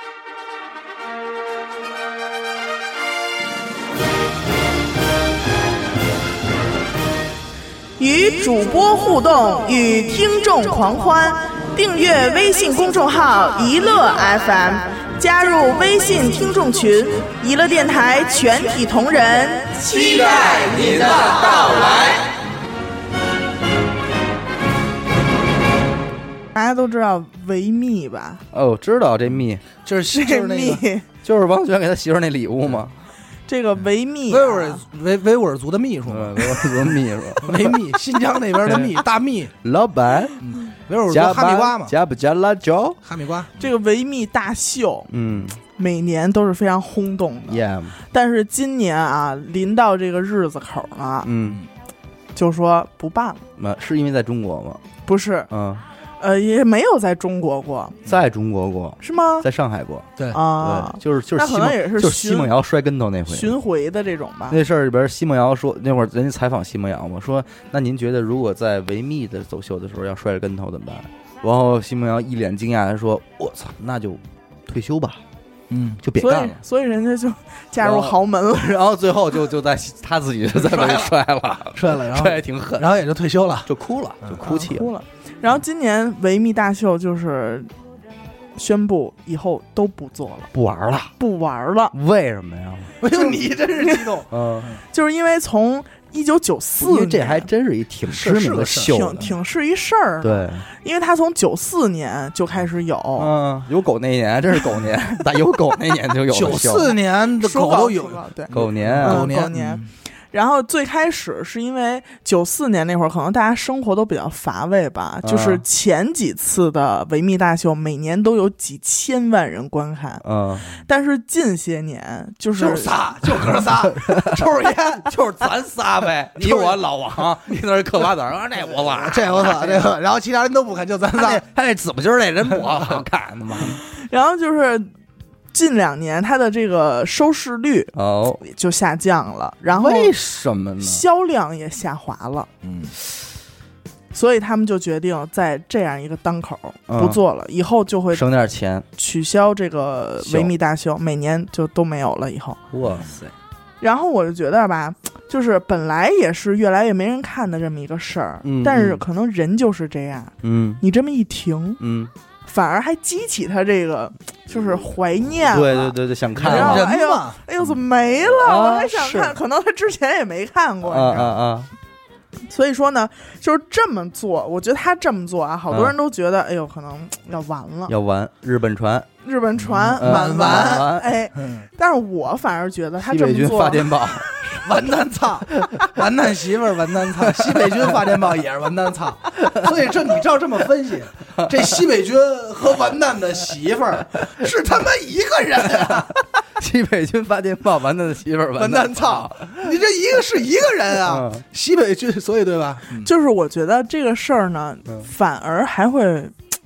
Speaker 2: 与主播互动，与听众狂欢。订阅微信公众号“一乐 F M”， 加入微信听众群，一乐电台全体同仁期待您的到来。大家都知道维密吧？
Speaker 4: 哦，知道这密，
Speaker 3: 就是就是那个，
Speaker 4: 就是王权给他媳妇那礼物嘛。
Speaker 2: 这个维密、
Speaker 3: 啊，维吾尔维维吾尔族的秘书，
Speaker 4: 嗯，维吾尔族的秘书，
Speaker 3: 维密，新疆那边的密大密
Speaker 4: 老板，
Speaker 3: 嗯，维吾尔族哈密瓜嘛，
Speaker 4: 加不加辣椒？
Speaker 3: 哈密瓜，
Speaker 2: 这个维密大秀，
Speaker 4: 嗯，
Speaker 2: 每年都是非常轰动的，
Speaker 4: yeah.
Speaker 2: 但是今年啊，临到这个日子口了，
Speaker 4: 嗯，
Speaker 2: 就说不办了。
Speaker 4: 是因为在中国吗？
Speaker 2: 不是，
Speaker 4: 嗯。
Speaker 2: 呃，也没有在中国过，
Speaker 4: 在中国过
Speaker 2: 是吗？
Speaker 4: 在上海过，
Speaker 3: 对
Speaker 2: 啊，
Speaker 4: 对，就是就是西
Speaker 2: 蒙，也是
Speaker 4: 就是西蒙瑶摔跟头那回
Speaker 2: 巡回的这种吧。
Speaker 4: 那事儿里边，西蒙瑶说，那会儿人家采访西蒙瑶嘛，说那您觉得如果在维密的走秀的时候要摔着跟头怎么办？然后西蒙瑶一脸惊讶的说：“我操，那就退休吧。”嗯，就别干了，
Speaker 2: 所以人家就嫁入豪门了，
Speaker 4: 然后最后就就在他自己就在那里摔了，
Speaker 3: 摔了，然后
Speaker 4: 摔挺狠，
Speaker 3: 然后也就退休了，
Speaker 4: 就哭了，就哭泣
Speaker 2: 哭了。然后今年维密大秀就是宣布以后都不做了，
Speaker 4: 不玩了，
Speaker 2: 不玩了。
Speaker 4: 为什么呀？
Speaker 3: 哎呦，你真是激动，
Speaker 4: 嗯，
Speaker 2: 就是因为从一九九四年，
Speaker 4: 这还真是一挺知名的秀，
Speaker 2: 挺挺是一事儿。
Speaker 4: 对，
Speaker 2: 因为他从九四年就开始有，
Speaker 4: 嗯，有狗那年真是狗年，但有狗那年就有
Speaker 3: 九四年的狗都有，
Speaker 2: 对，
Speaker 4: 狗年，
Speaker 2: 狗年，狗年。然后最开始是因为九四年那会儿，可能大家生活都比较乏味吧，
Speaker 4: 嗯、
Speaker 2: 就是前几次的维密大秀每年都有几千万人观看，
Speaker 4: 嗯，
Speaker 2: 但是近些年就是
Speaker 3: 就仨，就哥仨，抽着烟，
Speaker 4: 就是咱仨呗，你我老王，你那是嗑瓜子儿，那我操，
Speaker 3: 这我操，这个，然后其他人都不看，就咱仨，
Speaker 4: 他那紫不筋儿那人不好看的嘛，
Speaker 2: 然后就是近两年它的这个收视率
Speaker 4: 哦
Speaker 2: 就下降了，然后
Speaker 4: 为什么呢？
Speaker 2: 销量也下滑了，
Speaker 4: 嗯，
Speaker 2: 所以他们就决定在这样一个当口不做了，嗯、以后就会
Speaker 4: 省点钱，
Speaker 2: 取消这个维密大秀，每年就都没有了。以后，
Speaker 4: 哇塞！
Speaker 2: 然后我就觉得吧，就是本来也是越来越没人看的这么一个事儿，
Speaker 4: 嗯，
Speaker 2: 但是可能人就是这样，
Speaker 4: 嗯，
Speaker 2: 你这么一停，
Speaker 4: 嗯。
Speaker 2: 反而还激起他这个就是怀念了，
Speaker 4: 对对对对，想看
Speaker 2: 了。哎呦哎呦，怎么没了？
Speaker 4: 啊、
Speaker 2: 我还想看，可能他之前也没看过。
Speaker 4: 啊啊啊！
Speaker 2: 所以说呢，就是这么做，我觉得他这么做啊，好多人都觉得，嗯、哎呦，可能要完了，
Speaker 4: 要完。日本船，
Speaker 2: 日本船
Speaker 4: 嗯、
Speaker 2: 晚
Speaker 4: 完，
Speaker 2: 完哎，嗯、但是我反而觉得他这么做，
Speaker 4: 西北军发电报。
Speaker 3: 完蛋操，完蛋媳妇儿，完蛋操，西北军发电报也是完蛋操，所以这你照这么分析，这西北军和完蛋的媳妇儿是他妈一个人啊！
Speaker 4: 西北军发电报，完蛋的媳妇儿，
Speaker 3: 完蛋操，你这一个是一个人啊！
Speaker 4: 嗯、
Speaker 3: 西北军，所以对吧？
Speaker 2: 就是我觉得这个事儿呢，嗯、反而还会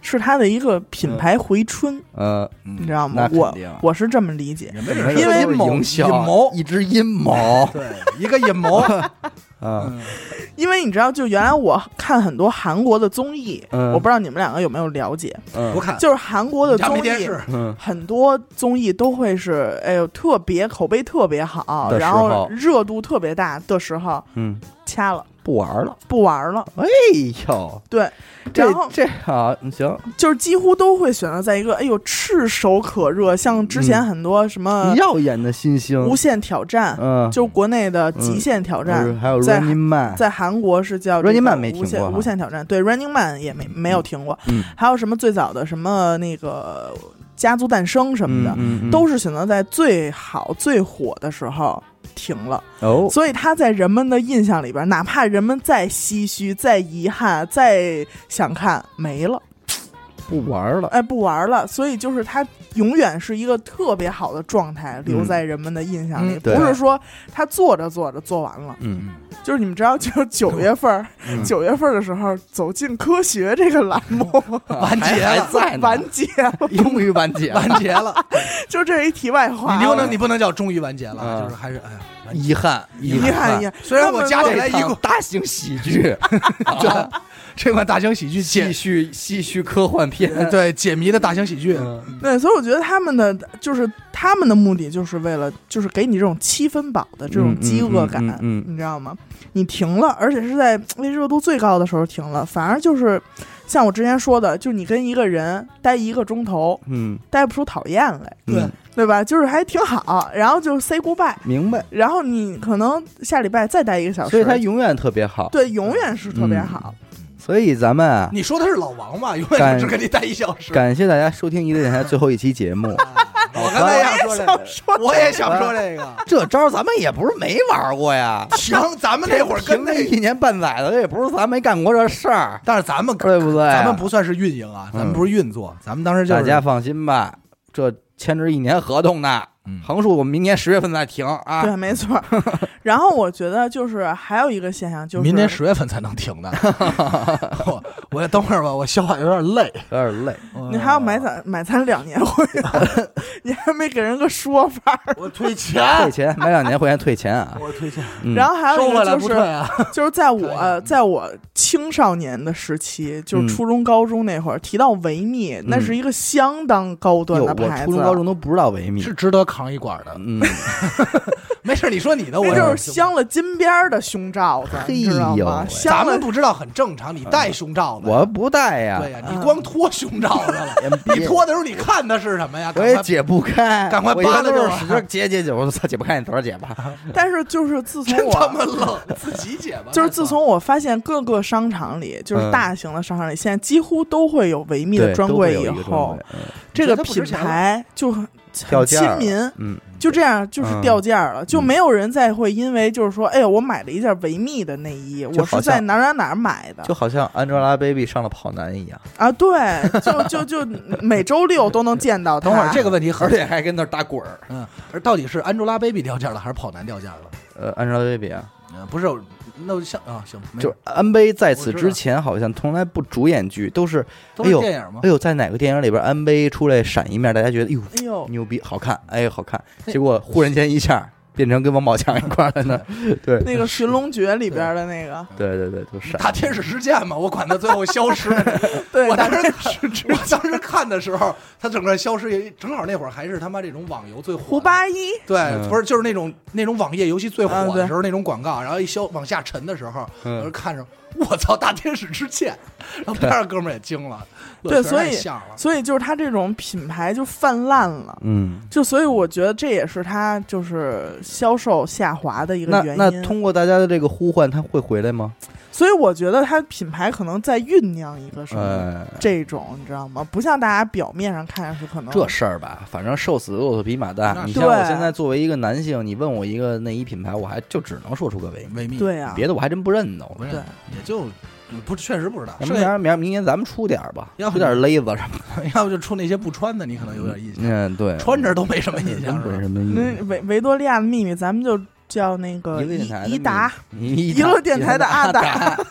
Speaker 2: 是它的一个品牌回春，
Speaker 4: 呃，
Speaker 2: 你知道吗？我我是这么理解，
Speaker 3: 因为
Speaker 4: 阴谋，
Speaker 3: 阴谋，
Speaker 4: 一只阴谋，
Speaker 3: 对，一个阴谋。
Speaker 2: 嗯，因为你知道，就原来我看很多韩国的综艺，
Speaker 4: 嗯、
Speaker 2: 我不知道你们两个有没有了解？
Speaker 4: 嗯、
Speaker 3: 不看，
Speaker 2: 就是韩国的综艺，
Speaker 4: 嗯、
Speaker 2: 很多综艺都会是，哎呦，特别口碑特别好，然后热度特别大的时候，
Speaker 4: 嗯，
Speaker 2: 掐了。
Speaker 4: 不玩了，
Speaker 2: 不玩了。
Speaker 4: 哎呦，
Speaker 2: 对，
Speaker 4: 这这好，行，
Speaker 2: 就是几乎都会选择在一个，哎呦，炙手可热，像之前很多什么
Speaker 4: 耀眼的新星，
Speaker 2: 无限挑战，
Speaker 4: 嗯，
Speaker 2: 就国内的极限挑战，
Speaker 4: 嗯、还有 Running Man，
Speaker 2: 在韩国是叫
Speaker 4: Running Man 没听过，
Speaker 2: 无限挑战，对 Running Man 也没没有听过，
Speaker 4: 嗯，
Speaker 2: 还有什么最早的什么那个家族诞生什么的，
Speaker 4: 嗯嗯嗯、
Speaker 2: 都是选择在最好最火的时候。停了
Speaker 4: 哦，
Speaker 2: 所以他在人们的印象里边，哪怕人们再唏嘘、再遗憾、再想看，没了，
Speaker 4: 不玩了，
Speaker 2: 哎，不玩了。所以就是他永远是一个特别好的状态，留在人们的印象里，
Speaker 4: 嗯、
Speaker 2: 不是说他做着做着做完了。
Speaker 4: 嗯，
Speaker 2: 就是你们知道，就是九月份，九、嗯、月份的时候，《走进科学》这个栏目
Speaker 3: 完结了，
Speaker 4: 在
Speaker 2: 完结了，
Speaker 4: 终于完结，
Speaker 3: 完结了。
Speaker 2: 就这是一题外话，
Speaker 3: 你不能，你不能叫终于完结了，嗯、就是还是哎呀。
Speaker 4: 遗憾，
Speaker 2: 遗憾，遗憾。
Speaker 3: 虽然我加起来一个
Speaker 4: 大型喜剧，
Speaker 3: 这这款大型喜剧，
Speaker 4: 戏剧戏剧科幻片，
Speaker 3: 对解谜的大型喜剧。
Speaker 2: 嗯、对，所以我觉得他们的就是他们的目的，就是为了就是给你这种七分饱的这种饥饿感，
Speaker 4: 嗯嗯嗯嗯、
Speaker 2: 你知道吗？你停了，而且是在为热度最高的时候停了，反而就是像我之前说的，就你跟一个人待一个钟头，
Speaker 4: 嗯，
Speaker 2: 待不出讨厌来，
Speaker 3: 对。
Speaker 2: 嗯对吧？就是还挺好，然后就 say goodbye，
Speaker 4: 明白。
Speaker 2: 然后你可能下礼拜再待一个小时，
Speaker 4: 所以它永远特别好。
Speaker 2: 对，永远是特别好。
Speaker 4: 嗯、所以咱们啊，
Speaker 3: 你说的是老王吧？永远只跟你待一小时。
Speaker 4: 感谢大家收听娱乐电台最后一期节目。
Speaker 3: 我刚才想说这个，我也想说这个。
Speaker 4: 这招咱们也不是没玩过呀。
Speaker 3: 行，咱们那会儿跟
Speaker 4: 那一年半载的，也不是咱没干过这事儿。
Speaker 3: 但是咱们
Speaker 4: 对不对？
Speaker 3: 咱们不算是运营啊，咱们不是运作，咱们当时就是。
Speaker 4: 大家放心吧，这签着一年合同呢。
Speaker 3: 嗯，
Speaker 4: 横竖我们明年十月份再停啊。
Speaker 2: 对，没错。然后我觉得就是还有一个现象，就是
Speaker 3: 明年十月份才能停的。我我等会儿吧，我消化有点累，
Speaker 4: 有点累。
Speaker 2: 你还要买咱买咱两年会员，你还没给人个说法。
Speaker 3: 我退钱，
Speaker 4: 退钱，买两年会员退钱啊。
Speaker 3: 我退钱。
Speaker 2: 嗯、然后还有一个就是，
Speaker 3: 啊、
Speaker 2: 就是在我在我青少年的时期，就是初中、高中那会儿，嗯、提到维密，那是一个相当高端的牌子。
Speaker 4: 我初中、高中都不知道维密，
Speaker 3: 是值得扛一管的。嗯，没事，你说你的，我
Speaker 2: 就是镶了金边的胸罩子，你知道吗？
Speaker 3: 咱们不知道很正常，你戴胸罩子，
Speaker 4: 我不戴呀。
Speaker 3: 对呀，你光脱胸罩子了，你脱的时候你看的是什么呀？
Speaker 4: 我也解不开，
Speaker 3: 赶快扒的
Speaker 4: 就是使劲解解解，我操，解不开，你多少解吧。
Speaker 2: 但是就是自从我
Speaker 3: 这么冷，自己解吧。
Speaker 2: 就是自从我发现各个商场里，就是大型的商场里，现在几乎都会有维密的专柜以后，这个品牌就很亲民，
Speaker 4: 嗯。
Speaker 2: 就这样，就是掉价了，嗯、就没有人再会因为就是说，哎呀，我买了一件维密的内衣，我是在哪哪哪买的，
Speaker 4: 就好像 Angelababy 上了跑男一样
Speaker 2: 啊，对，就就就每周六都能见到他。
Speaker 3: 等会儿这个问题，
Speaker 4: 而且还跟那儿打滚儿，
Speaker 3: 嗯，而到底是 Angelababy 掉价了，还是跑男掉价了？
Speaker 4: 呃 ，Angelababy 啊，
Speaker 3: 嗯，不是。那像啊行，
Speaker 4: 就是安倍在此之前好像从来不主演剧，都是
Speaker 3: 都是电影吗？
Speaker 4: 哎呦，在哪个电影里边安倍出来闪一面，大家觉得哟，
Speaker 2: 哎呦
Speaker 4: 牛逼，好看，哎好看，结果忽然间一下变成跟王宝强一块了呢。对，
Speaker 2: 那个《寻龙诀》里边的那个，
Speaker 4: 对对对，就闪。
Speaker 3: 大天使之剑嘛，我管他最后消失。
Speaker 2: 对，
Speaker 3: 我当时我当时看的时候，他整个消失也正好那会儿还是他妈这种网游最火。
Speaker 2: 胡八一，
Speaker 3: 对，嗯、不是就是那种那种网页游戏最火的时候、嗯、那种广告，然后一消往下沉的时候，嗯、我就看着我操大天使之剑，然后边上哥们儿也惊了。
Speaker 2: 对，所以所以就是他这种品牌就泛滥了，
Speaker 4: 嗯，
Speaker 2: 就所以我觉得这也是他就是销售下滑的一个原因。
Speaker 4: 那那通过大家的这个呼唤，他会回来吗？
Speaker 2: 所以我觉得他品牌可能在酝酿一个什么这种，你知道吗？不像大家表面上看是可能
Speaker 4: 这事儿吧，反正瘦死骆驼比马大。你像我现在作为一个男性，你问我一个内衣品牌，我还就只能说出个维
Speaker 3: 维密，
Speaker 2: 对呀、啊，
Speaker 4: 别的我还真不认得。
Speaker 2: 对，
Speaker 3: 也就。不，确实不知道。
Speaker 4: 明年明明年咱们出点吧，出点勒子什么
Speaker 3: 的，要不就出那些不穿的，你可能有点印象。
Speaker 4: 嗯，对，
Speaker 3: 穿着都没什么印象，
Speaker 4: 没什么印象。
Speaker 2: 那维维多利亚的秘密，咱们就叫那个
Speaker 4: 一
Speaker 2: 一达，
Speaker 4: 一
Speaker 2: 娱乐电台的阿达。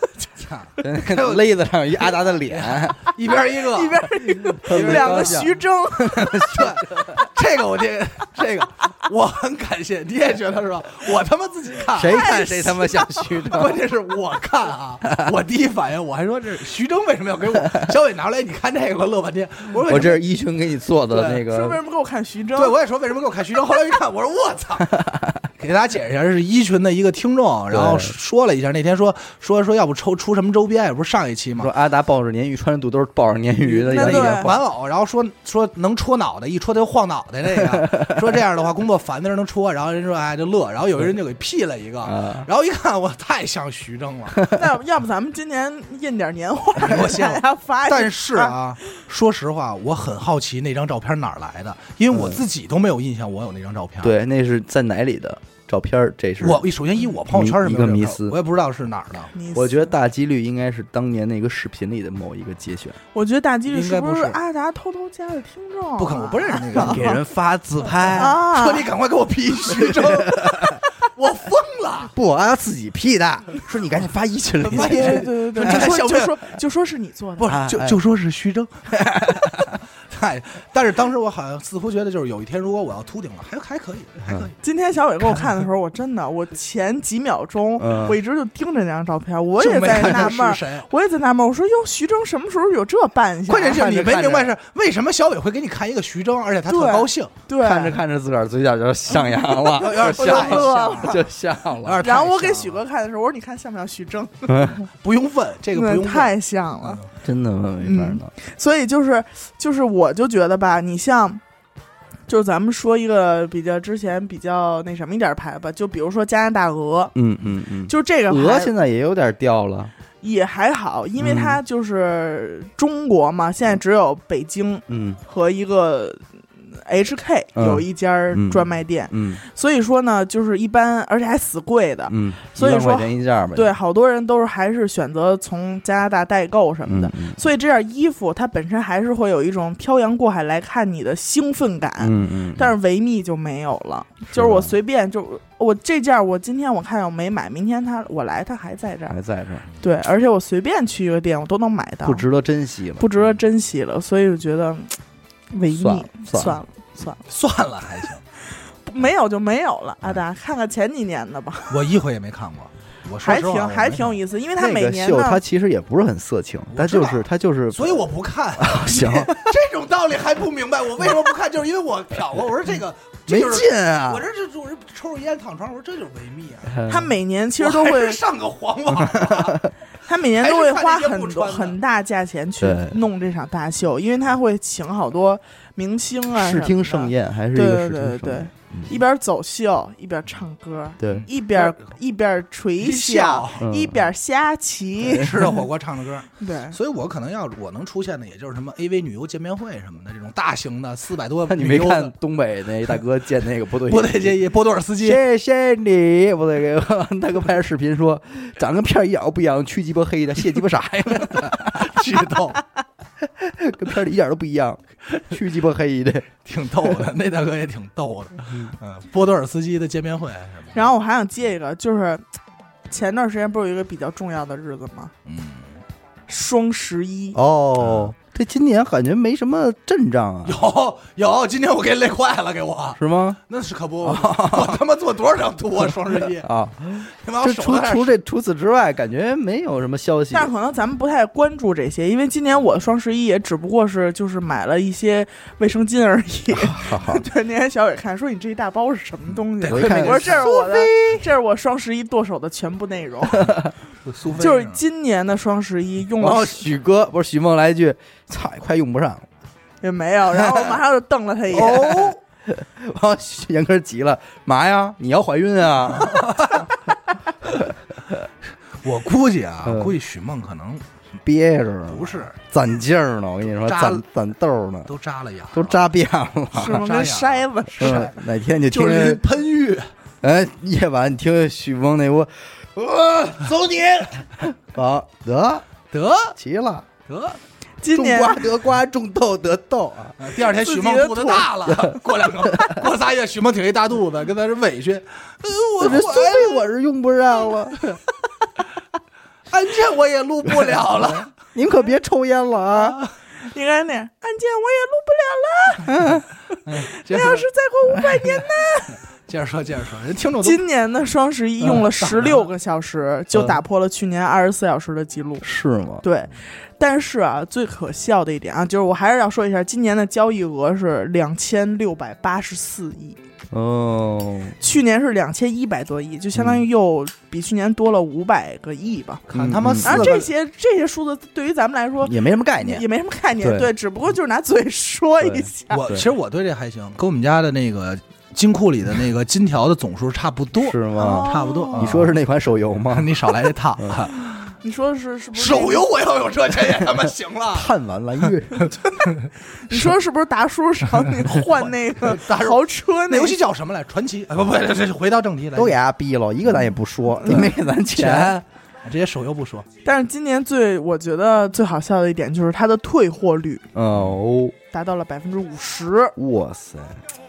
Speaker 4: 勒子上有一阿达的脸，
Speaker 3: 一边一个，
Speaker 2: 一边一个两个徐峥，
Speaker 3: 这个我这个这个我很感谢，你也觉得是吧？我他妈自己看，
Speaker 4: 谁看谁他妈像徐峥。
Speaker 3: 关键是我看啊，我第一反应我还说这是徐峥为什么要给我？小伟拿出来，你看这个，我乐半天。我说
Speaker 4: 我这是一群给你做的那
Speaker 2: 说为
Speaker 4: 个，
Speaker 2: 什么给我看徐峥？
Speaker 3: 对，我也说为什么给我看徐峥。后来一看，我说我操！给大家解释一下，这是一群的一个听众，然后说了一下，那天说说说要不抽出什么周边，也不是上一期嘛，
Speaker 4: 说阿达抱着鲶鱼，穿着肚兜抱着鲶鱼的
Speaker 2: 那对
Speaker 3: 玩偶，然后说说能戳脑袋，一戳他就晃脑袋那个，说这样的话工作烦的人能戳，然后人说哎就乐，然后有一人就给 P 了一个，然后一看我太像徐峥了，
Speaker 2: 那要不咱们今年印点年画给
Speaker 3: 我先
Speaker 2: 大家发一下。
Speaker 3: 但是啊，说实话，我很好奇那张照片哪儿来的，因为我自己都没有印象我有那张照片。
Speaker 4: 对，那是在哪里的照片？这是
Speaker 3: 我首先以我朋友圈是
Speaker 4: 一个迷思，
Speaker 3: 我也不知道是哪儿的。
Speaker 4: 我觉得大几率应该是当年那个视频里的某一个节选。
Speaker 2: 我觉得大几率是不
Speaker 3: 应该不是
Speaker 2: 阿达偷偷加的听众？
Speaker 3: 不可能，我不认识那个，
Speaker 4: 给人发自拍，
Speaker 2: 啊！
Speaker 3: 说你赶快给我 P 徐峥，我疯了！
Speaker 4: 不，阿达自己 P 的，说你赶紧发一群里。
Speaker 2: 对对对对，就说就说就说是你做的，
Speaker 3: 不是就就说是徐峥。太，但是当时我好像似乎觉得，就是有一天如果我要秃顶了，还还可以，还可以。
Speaker 2: 今天小伟给我看的时候，我真的，我前几秒钟我一直就盯着那张照片，我也在纳闷，我也在纳闷，我说哟，徐峥什么时候有这扮相？
Speaker 3: 关键是你没明白是为什么小伟会给你看一个徐峥，而且他特高兴，
Speaker 2: 对，
Speaker 4: 看着看着自个儿嘴角就上扬了，
Speaker 3: 有点
Speaker 2: 像了，
Speaker 4: 就像了。
Speaker 2: 然后我给许哥看的时候，我说你看像不像徐峥？
Speaker 3: 不用问，这个不用问，
Speaker 2: 太像了，
Speaker 4: 真的没法弄。
Speaker 2: 所以就是就是我就觉得吧，你像。就是咱们说一个比较之前比较那什么一点牌吧，就比如说加拿大鹅，
Speaker 4: 嗯嗯嗯，
Speaker 2: 就这个
Speaker 4: 鹅现在也有点掉了，
Speaker 2: 也还好，因为它就是中国嘛，嗯、现在只有北京
Speaker 4: 嗯
Speaker 2: 和一个 H K 有一家专卖店，
Speaker 4: 嗯，嗯
Speaker 2: 所以说呢，就是一般而且还死贵的，
Speaker 4: 嗯，
Speaker 2: 所以说
Speaker 4: 一万块钱一件吧，
Speaker 2: 对，好多人都是还是选择从加拿大代购什么的，
Speaker 4: 嗯嗯、
Speaker 2: 所以这件衣服它本身还是会有一种漂洋过海来看你的兴奋感，
Speaker 4: 嗯嗯，
Speaker 2: 但是维密就没有了，就是我随便就我这件我今天我看我没买，明天他我来他还在这儿，
Speaker 4: 还在这儿，
Speaker 2: 对，而且我随便去一个店我都能买到，
Speaker 4: 不值得珍惜了，
Speaker 2: 不值得珍惜了，所以我觉得维密
Speaker 4: 算了
Speaker 2: 算了算了
Speaker 3: 算了还行，
Speaker 2: 没有就没有了。阿达看看前几年的吧，
Speaker 3: 我一回也没看过。我
Speaker 2: 还挺还挺有意思，因为他每年
Speaker 4: 呢，他其实也不是很色情，他就是他就是，
Speaker 3: 所以我不看。
Speaker 4: 行，
Speaker 3: 这种道理还不明白，我为什么不看？就是因为我瞟过，我说这个
Speaker 4: 没劲啊！
Speaker 3: 我这这我这抽着烟躺床，我说这就是维密啊。
Speaker 2: 他每年其实都会
Speaker 3: 上个黄网，
Speaker 2: 他每年都会花很多很大价钱去弄这场大秀，因为他会请好多明星啊，
Speaker 4: 视听盛宴还是一个
Speaker 2: 对对对。一边走秀一边唱歌，
Speaker 4: 对，
Speaker 2: 一边一边垂笑，一边下棋，
Speaker 3: 吃着火锅唱着歌，
Speaker 2: 对。
Speaker 3: 所以我可能要我能出现的，也就是什么 A V 女优见面会什么的这种大型的四百多。
Speaker 4: 你没看东北那大哥见那个波多
Speaker 3: 波多接波多尔斯基，
Speaker 4: 谢谢你，我得给大哥拍点视频说，长跟片一样不一样，去鸡巴黑的，卸鸡巴啥呀？
Speaker 3: 剧透。
Speaker 4: 跟片里一点都不一样，去鸡巴黑的，
Speaker 3: 挺逗的。那大哥也挺逗的，嗯，波多尔斯基的见面会。
Speaker 2: 然后我还想接一个，就是前段时间不是有一个比较重要的日子吗？
Speaker 3: 嗯，
Speaker 2: 双十一。
Speaker 4: 哦，这今年感觉没什么阵仗啊。
Speaker 3: 有有，今天我给累坏了，给我
Speaker 4: 是吗？
Speaker 3: 那是可不，我他妈做多少张图啊！双十一
Speaker 4: 啊，这除除这除此之外，感觉没有什么消息。
Speaker 2: 但可能咱们不太关注这些，因为今年我双十一也只不过是就是买了一些卫生巾而已。对，那天小伟看说你这一大包是什么东西？
Speaker 4: 我一看，
Speaker 2: 我说这是我的，这是我双十一剁手的全部内容。就是今年的双十一用了。
Speaker 4: 然后许哥不是许梦来一句。操，快用不上了，
Speaker 2: 也没有，然后我马上就瞪了他一眼。
Speaker 4: 哦，然后严哥急了，嘛呀？你要怀孕啊？
Speaker 3: 我估计啊，估计许梦可能
Speaker 4: 憋着呢，
Speaker 3: 不是
Speaker 4: 攒劲儿呢。我跟你说，攒攒豆呢，
Speaker 3: 都扎了痒，
Speaker 4: 都扎遍了，
Speaker 2: 是吗？跟筛子似的。
Speaker 4: 哪天你听
Speaker 3: 就是喷浴，
Speaker 4: 哎，夜晚你听许梦那屋，呃，走你，好得
Speaker 3: 得
Speaker 4: 齐了，
Speaker 3: 得。
Speaker 2: 今年
Speaker 4: 种瓜得瓜，种豆得豆啊！
Speaker 3: 第二天许梦肚子大了，过两个过仨月，许梦挺一大肚子，跟咱这委屈。
Speaker 4: 呃、我这苏菲我是用不上了。
Speaker 3: 案件我也录不了了，
Speaker 4: 您可别抽烟了啊！
Speaker 2: 你看那案件我也录不了了，那要是再过五百年呢？
Speaker 3: 接着说，接着说，人听众都
Speaker 2: 今年的双十一用了十六个小时，就打破了去年二十四小时的记录。
Speaker 4: 是吗？
Speaker 2: 对，但是啊，最可笑的一点啊，就是我还是要说一下，今年的交易额是两千六百八十四亿。
Speaker 4: 哦，
Speaker 2: 去年是两千一百多亿，就相当于又比去年多了五百个亿吧。
Speaker 3: 看他妈四
Speaker 2: 而
Speaker 3: 个，
Speaker 2: 这些这些数字对于咱们来说
Speaker 4: 也没什么概念，
Speaker 2: 也没什么概念，
Speaker 4: 对
Speaker 2: 对，只不过就是拿嘴说一下。
Speaker 3: 我其实我对这还行，跟我们家的那个金库里的那个金条的总数差不多，
Speaker 4: 是吗？
Speaker 3: 差不多。
Speaker 4: 你说是那款手游吗？
Speaker 3: 你少来这套。
Speaker 2: 你说的是是不是
Speaker 3: 手游我要有这钱也他妈行了。
Speaker 4: 探完蓝月，
Speaker 2: 你说是不是达叔找你换那个豪车？
Speaker 3: 那游戏叫什么来？传奇？不不，这回到正题来，
Speaker 4: 都给他逼了，一个咱也不说，你没给咱钱。
Speaker 3: 这些手游不说，
Speaker 2: 但是今年最我觉得最好笑的一点就是它的退货率
Speaker 4: 哦，
Speaker 2: 达到了百分之五十。
Speaker 4: 哇塞，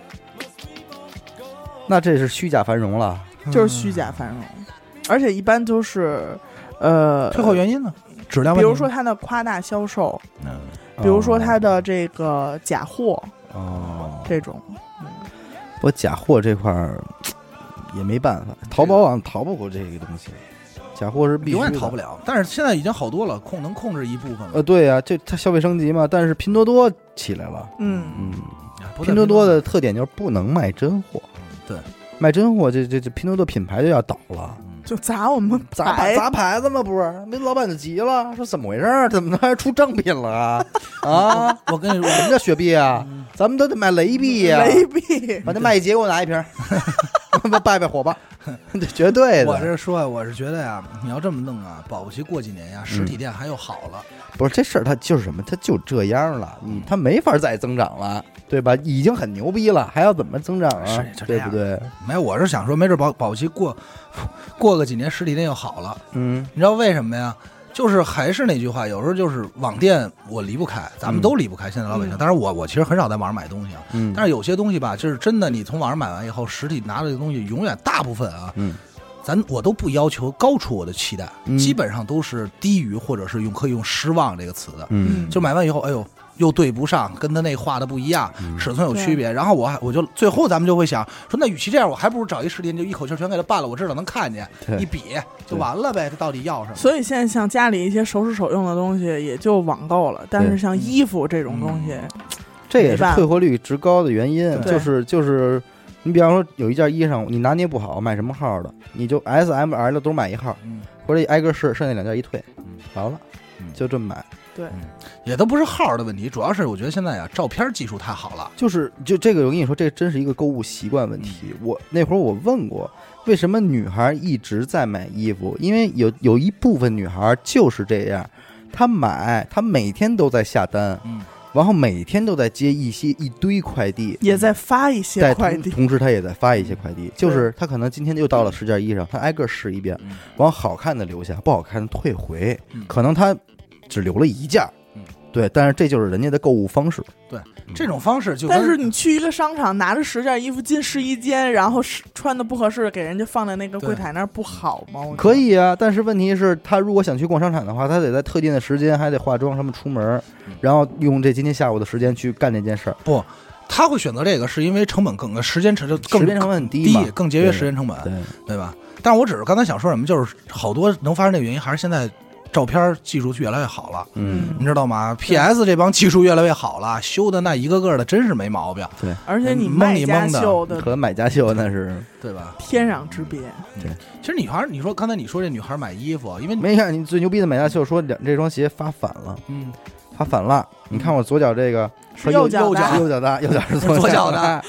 Speaker 4: 那这是虚假繁荣了，
Speaker 2: 就是虚假繁荣，而且一般都是呃
Speaker 3: 退货原因呢？质量，
Speaker 2: 比如说它的夸大销售，嗯，比如说它的这个假货
Speaker 4: 哦，
Speaker 2: 这种。
Speaker 4: 我假货这块儿也没办法，淘宝网逃不过这个东西。假货是必须
Speaker 3: 永远逃不了，但是现在已经好多了，控能控制一部分了。
Speaker 4: 呃，对呀、啊，这它消费升级嘛，但是拼多多起来了。
Speaker 2: 嗯
Speaker 4: 嗯，拼多多的特点就是不能卖真货。
Speaker 3: 对，
Speaker 4: 卖真货，这这这拼多多品牌就要倒了，
Speaker 2: 就砸我们
Speaker 4: 砸牌砸牌子嘛，不是？那老板就急了，说怎么回事？怎么还出正品了啊？啊！
Speaker 3: 我跟你说，
Speaker 4: 什么叫雪碧啊？咱们都得买雷碧呀、啊！
Speaker 2: 雷碧，
Speaker 4: 把那麦姐给我拿一瓶，拜拜火吧，这绝对的。
Speaker 3: 我是说，我是觉得呀，你要这么弄啊，保不齐过几年呀，实体店还又好了。
Speaker 4: 嗯、不是这事儿，它就是什么？它就这样了，你它没法再增长了，对吧？已经很牛逼了，还要怎么增长啊？对不对？
Speaker 3: 没有，我是想说，没准保保不齐过过个几年，实体店又好了。
Speaker 4: 嗯，
Speaker 3: 你知道为什么呀？就是还是那句话，有时候就是网店我离不开，咱们都离不开。现在老百姓，当然我我其实很少在网上买东西啊，
Speaker 4: 嗯，
Speaker 3: 但是有些东西吧，就是真的，你从网上买完以后，实体拿的这个东西，永远大部分啊，
Speaker 4: 嗯，
Speaker 3: 咱我都不要求高出我的期待，
Speaker 4: 嗯、
Speaker 3: 基本上都是低于或者是用可以用失望这个词的，
Speaker 4: 嗯，
Speaker 3: 就买完以后，哎呦。又对不上，跟他那画的不一样，
Speaker 4: 嗯、
Speaker 3: 尺寸有区别。然后我我就最后咱们就会想说，那与其这样，我还不如找一实体店，就一口气全给他办了，我至少能看见，一比就完了呗。他到底要什么？
Speaker 2: 所以现在像家里一些手使手用的东西，也就网购了。但是像衣服这种东西，
Speaker 4: 嗯、这也是退货率极高的原因。就是就是，你比方说有一件衣裳，你拿捏不好买什么号的，你就 S M L 都买一号，
Speaker 3: 嗯、
Speaker 4: 或者挨个试，剩下两件一退，嗯、完了，
Speaker 3: 嗯、
Speaker 4: 就这么买。
Speaker 2: 对、
Speaker 3: 嗯，也都不是号的问题，主要是我觉得现在呀，照片技术太好了。
Speaker 4: 就是就这个，我跟你说，这真是一个购物习惯问题。嗯、我那会儿我问过，为什么女孩一直在买衣服？因为有有一部分女孩就是这样，她买，她每天都在下单，
Speaker 3: 嗯，
Speaker 4: 然后每天都在接一些一堆快递，
Speaker 2: 也在发一些快递，
Speaker 4: 同时她也在发一些快递。就是她可能今天又到了十件衣裳，她挨个试一遍，
Speaker 3: 嗯、
Speaker 4: 往好看的留下，不好看的退回，嗯、可能她只留了一件，
Speaker 3: 嗯，
Speaker 4: 对，但是这就是人家的购物方式。
Speaker 3: 对，这种方式就。
Speaker 2: 但是你去一个商场拿着十件衣服进试衣间，然后穿的不合适，给人家放在那个柜台那儿不好吗？
Speaker 4: 可以啊，但是问题是，他如果想去逛商场的话，他得在特定的时间，还得化妆什么出门，然后用这今天下午的时间去干这件事儿。
Speaker 3: 不，他会选择这个，是因为成本更时间成更
Speaker 4: 时间成本很
Speaker 3: 低，低更节约时间成本，
Speaker 4: 对
Speaker 3: 对吧？但是我只是刚才想说什么，就是好多能发生这个原因，还是现在。照片技术越来越好了，
Speaker 4: 嗯，
Speaker 3: 你知道吗 ？P S 这帮技术越来越好了，修的那一个个的真是没毛病。
Speaker 4: 对，
Speaker 2: 而且你
Speaker 3: 卖
Speaker 2: 家秀
Speaker 3: 的
Speaker 4: 和买家秀那是
Speaker 3: 对吧？
Speaker 2: 天壤之别。
Speaker 4: 对，
Speaker 3: 其实女孩，你说刚才你说这女孩买衣服，因为
Speaker 4: 没看你最牛逼的买家秀说两这双鞋发反了，
Speaker 3: 嗯，
Speaker 4: 发反了。你看我左脚这个
Speaker 2: 是右脚
Speaker 4: 的，右脚的，右脚是左
Speaker 3: 脚的。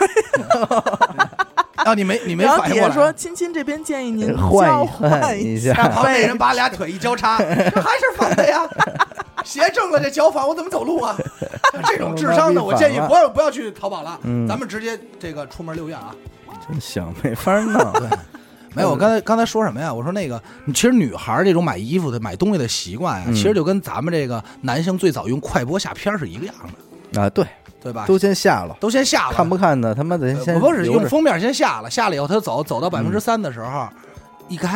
Speaker 3: 啊，你没你没反应过来？
Speaker 2: 说亲亲这边建议您
Speaker 4: 换
Speaker 2: 换
Speaker 4: 一下，
Speaker 3: 然后那人把俩腿一交叉，还是反的呀？鞋正了，这脚反，我怎么走路啊？这种智商的，我建议不要不要去淘宝了，
Speaker 4: 嗯、
Speaker 3: 咱们直接这个出门溜院啊！
Speaker 4: 真香，没法弄。
Speaker 3: 对，没有，我刚才刚才说什么呀？我说那个，其实女孩这种买衣服的、买东西的习惯呀，
Speaker 4: 嗯、
Speaker 3: 其实就跟咱们这个男性最早用快播下片是一个样的
Speaker 4: 啊，对。
Speaker 3: 对吧？
Speaker 4: 都先下了，
Speaker 3: 都先下了，
Speaker 4: 看不看的他妈的先。
Speaker 3: 我不是用封面先下了，下了以后他走走到百分之三的时候，嗯、一开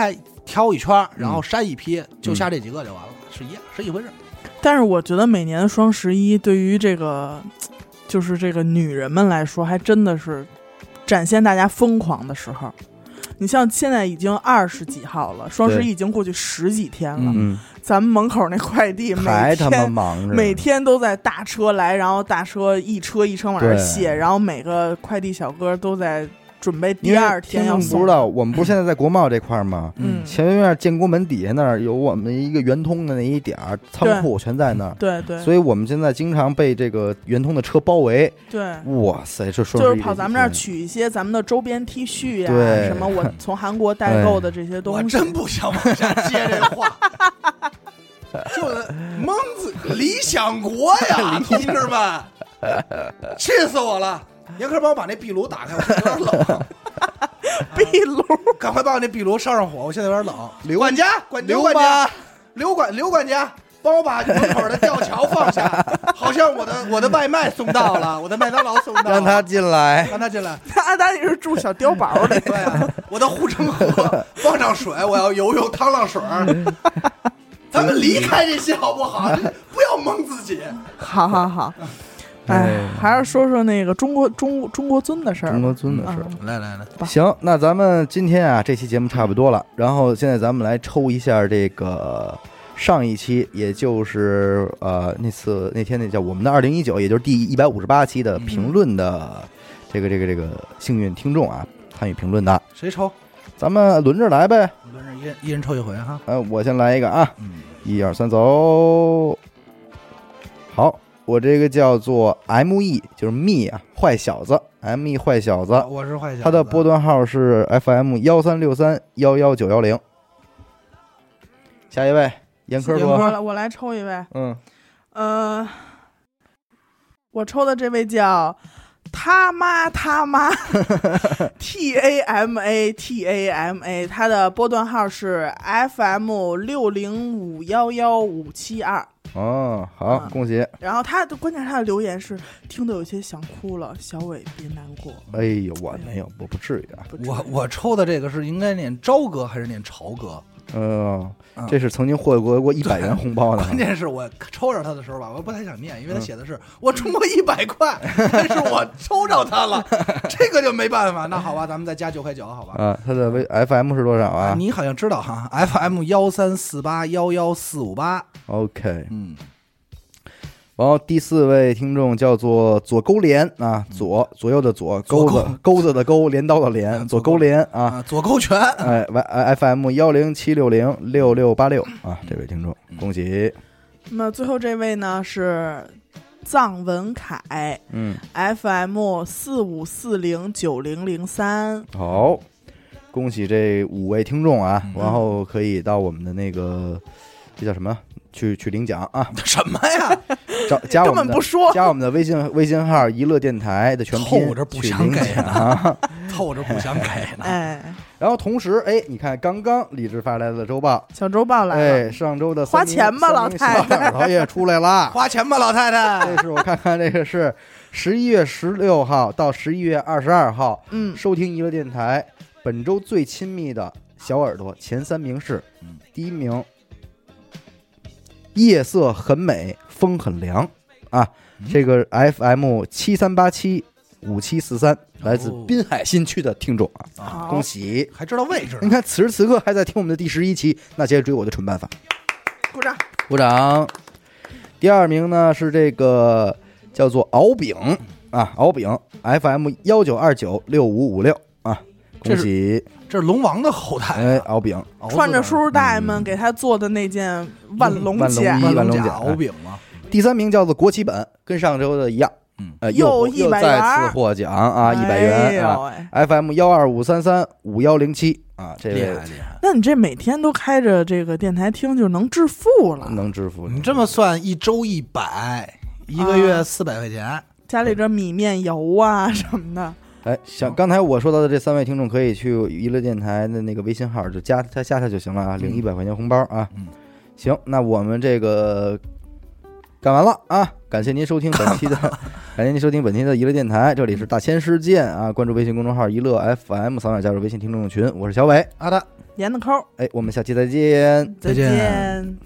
Speaker 3: 挑一圈，然后筛一批，嗯、就下这几个就完了，是一样，是一回事。
Speaker 2: 但是我觉得每年的双十一对于这个就是这个女人们来说，还真的是展现大家疯狂的时候。你像现在已经二十几号了，双十一已经过去十几天了，
Speaker 4: 嗯，
Speaker 2: 咱们门口那快递每天
Speaker 4: 还他妈忙着，
Speaker 2: 每天都在大车来，然后大车一车一车往那卸，然后每个快递小哥都在准备第二天要送。
Speaker 5: 不知道我们不是现在在国贸这块吗？
Speaker 2: 嗯，
Speaker 5: 前面建国门底下那儿有我们一个圆通的那一点儿仓库，全在那儿。
Speaker 2: 对对，
Speaker 5: 所以我们现在经常被这个圆通的车包围。
Speaker 2: 对，
Speaker 5: 哇塞，这
Speaker 2: 就是跑咱们这儿取一些咱们的周边 T 恤呀、
Speaker 5: 啊，
Speaker 2: 什么我从韩国代购的这些东西。
Speaker 3: 我真不想往下接这个话。就是蒙子理想国呀，同志们，气死我了！严科帮我把那壁炉打开，我有点冷。
Speaker 2: 壁炉，
Speaker 3: 赶快把我那壁炉烧上火，我现在有点冷。
Speaker 5: 刘
Speaker 3: 管家，管刘管家，刘管刘管家，帮我把门口的吊桥放下，好像我的我的外卖送到了，我的麦当劳送到了，
Speaker 5: 让他进来，
Speaker 3: 让他进来。
Speaker 2: 阿达你是住小碉堡里，
Speaker 3: 对啊，我的护城河放上水，我要游泳趟浪水。咱们离开这些好不好？不要蒙自己。
Speaker 2: 好好好。哎，还是说说那个中国中中国尊的事儿。
Speaker 5: 中国尊的事儿、
Speaker 3: 嗯，来来来，
Speaker 5: 行，那咱们今天啊，这期节目差不多了。然后现在咱们来抽一下这个上一期，也就是呃那次那天那叫我们的二零一九，也就是第一百五十八期的评论的这个这个这个幸运听众啊，参与评论的。
Speaker 3: 谁抽？
Speaker 5: 咱们轮着来呗。
Speaker 3: 轮着一人一人抽一回哈。
Speaker 5: 呃，我先来一个啊，
Speaker 3: 嗯，
Speaker 5: 一二三，走。好。我这个叫做 M E， 就是 me 啊，坏小子 ，M E 坏小子，
Speaker 3: 我是坏小子。
Speaker 5: 他的波段号是 F M 幺三六三幺幺九幺零。下一位，严科说，
Speaker 2: 我来，我来抽一位。
Speaker 5: 嗯，
Speaker 2: 呃，我抽的这位叫他妈他妈T A M A T A M A， 他的波段号是 F M 六零五幺幺五七二。
Speaker 5: 哦，好，嗯、恭喜。
Speaker 2: 然后他的关键，他的留言是听得有些想哭了，小伟别难过。
Speaker 5: 哎呦，我没有，我不至于啊。
Speaker 3: 我我抽的这个是应该念朝哥还是念朝哥？
Speaker 5: 嗯，这是曾经获得过一百元红包的。
Speaker 3: 关键是我抽着他的时候吧，我不太想念，因为他写的是、嗯、我中过一百块，但是我抽着他了，这个就没办法。那好吧，咱们再加九块九，好吧？
Speaker 5: 啊，他的 V F M 是多少啊？
Speaker 3: 你好像知道哈 ，F M 幺三四八幺幺四五八。
Speaker 5: OK，
Speaker 3: 嗯。
Speaker 5: 然后第四位听众叫做左勾连啊，左左右的左，钩子钩子的钩，镰刀的镰，左勾连啊，
Speaker 3: 左勾拳。
Speaker 5: 哎 ，F M 幺零七六零六六八六啊，这位听众恭喜。
Speaker 2: 那最后这位呢是臧文凯，
Speaker 5: 嗯
Speaker 2: ，F M 四五四零九零零三。
Speaker 5: 好，恭喜这五位听众啊，然后可以到我们的那个这叫什么？去去领奖啊！
Speaker 3: 什么呀？
Speaker 5: 找加我们的
Speaker 2: 根本不说，
Speaker 5: 加我们的微信微信号“娱乐电台”的全拼，
Speaker 3: 凑着不想给呢，凑着不想给呢。
Speaker 2: 哎，
Speaker 5: 然后同时，哎，你看刚刚李志发来的周报，
Speaker 2: 小周报来了。
Speaker 5: 哎，上周的
Speaker 2: 花钱吧，老太太，
Speaker 5: 老也出来了，
Speaker 3: 花钱吧，老太太。
Speaker 5: 这是我看看，这个是十一月十六号到十一月二十二号，
Speaker 2: 嗯，
Speaker 5: 收听娱乐电台本周最亲密的小耳朵前三名是，
Speaker 3: 嗯，
Speaker 5: 第一名。夜色很美，风很凉啊！
Speaker 3: 嗯、
Speaker 5: 这个 F M 七三八七五七四三来自滨海新区的听众啊，恭喜！
Speaker 3: 还知道位置？
Speaker 5: 你看此时此刻还在听我们的第十一期，那接着追我的蠢办法，
Speaker 2: 鼓掌，
Speaker 5: 鼓掌！第二名呢是这个叫做敖丙啊，敖丙 F M 幺九二九六五五六啊，恭喜！
Speaker 3: 这是龙王的后代、啊，
Speaker 5: 哎，敖丙
Speaker 2: 穿着叔叔大爷们给他做的那件万龙甲，
Speaker 5: 万龙甲，
Speaker 3: 敖丙嘛。
Speaker 5: 第三名叫做国旗本，跟上周的一样，
Speaker 3: 嗯，
Speaker 5: 呃，
Speaker 2: 又
Speaker 5: 又再次获奖啊，一百元啊 ，F M 幺二五三三五幺零七啊，这
Speaker 3: 厉害厉害。
Speaker 2: 那你这每天都开着这个电台听，就能致富了，
Speaker 5: 能致富。
Speaker 3: 你这么算，一周一百，一个月四百块钱、啊，
Speaker 2: 家里这米面油啊什么的。
Speaker 5: 哎，像刚才我说到的这三位听众，可以去娱乐电台的那个微信号，就加他加他就行了啊，领一百块钱红包啊。
Speaker 3: 嗯，
Speaker 5: 行，那我们这个干完了啊！感谢您收听本期的，感谢您收听本期的娱乐电台，这里是大千世界啊！关注微信公众号娱乐 F M， 扫码加入微信听众群，我是小伟，
Speaker 3: 好的，
Speaker 2: 严的抠，
Speaker 5: 哎，我们下期再见，
Speaker 3: 再见
Speaker 2: 见。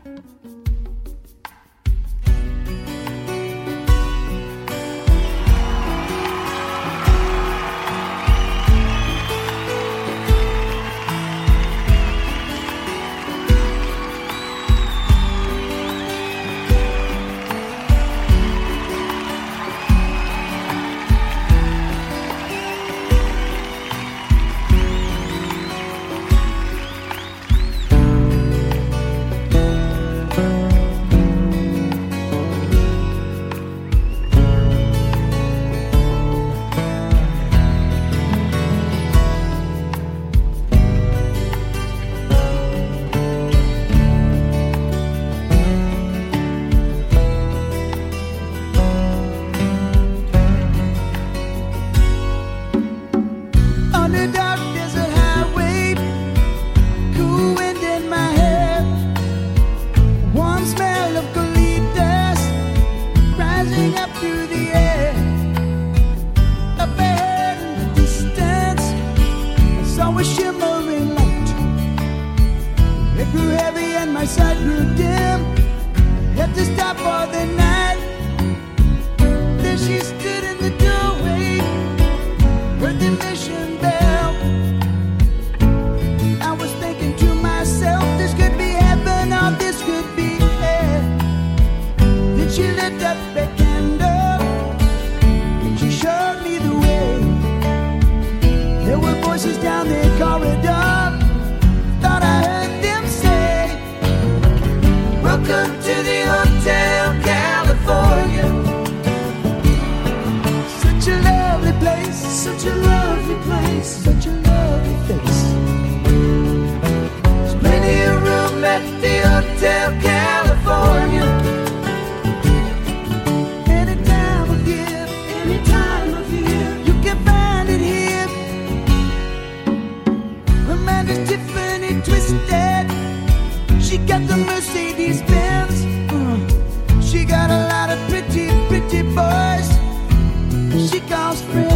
Speaker 6: She got the Mercedes Benz. Uh, she got a lot of pretty, pretty boys she calls friends.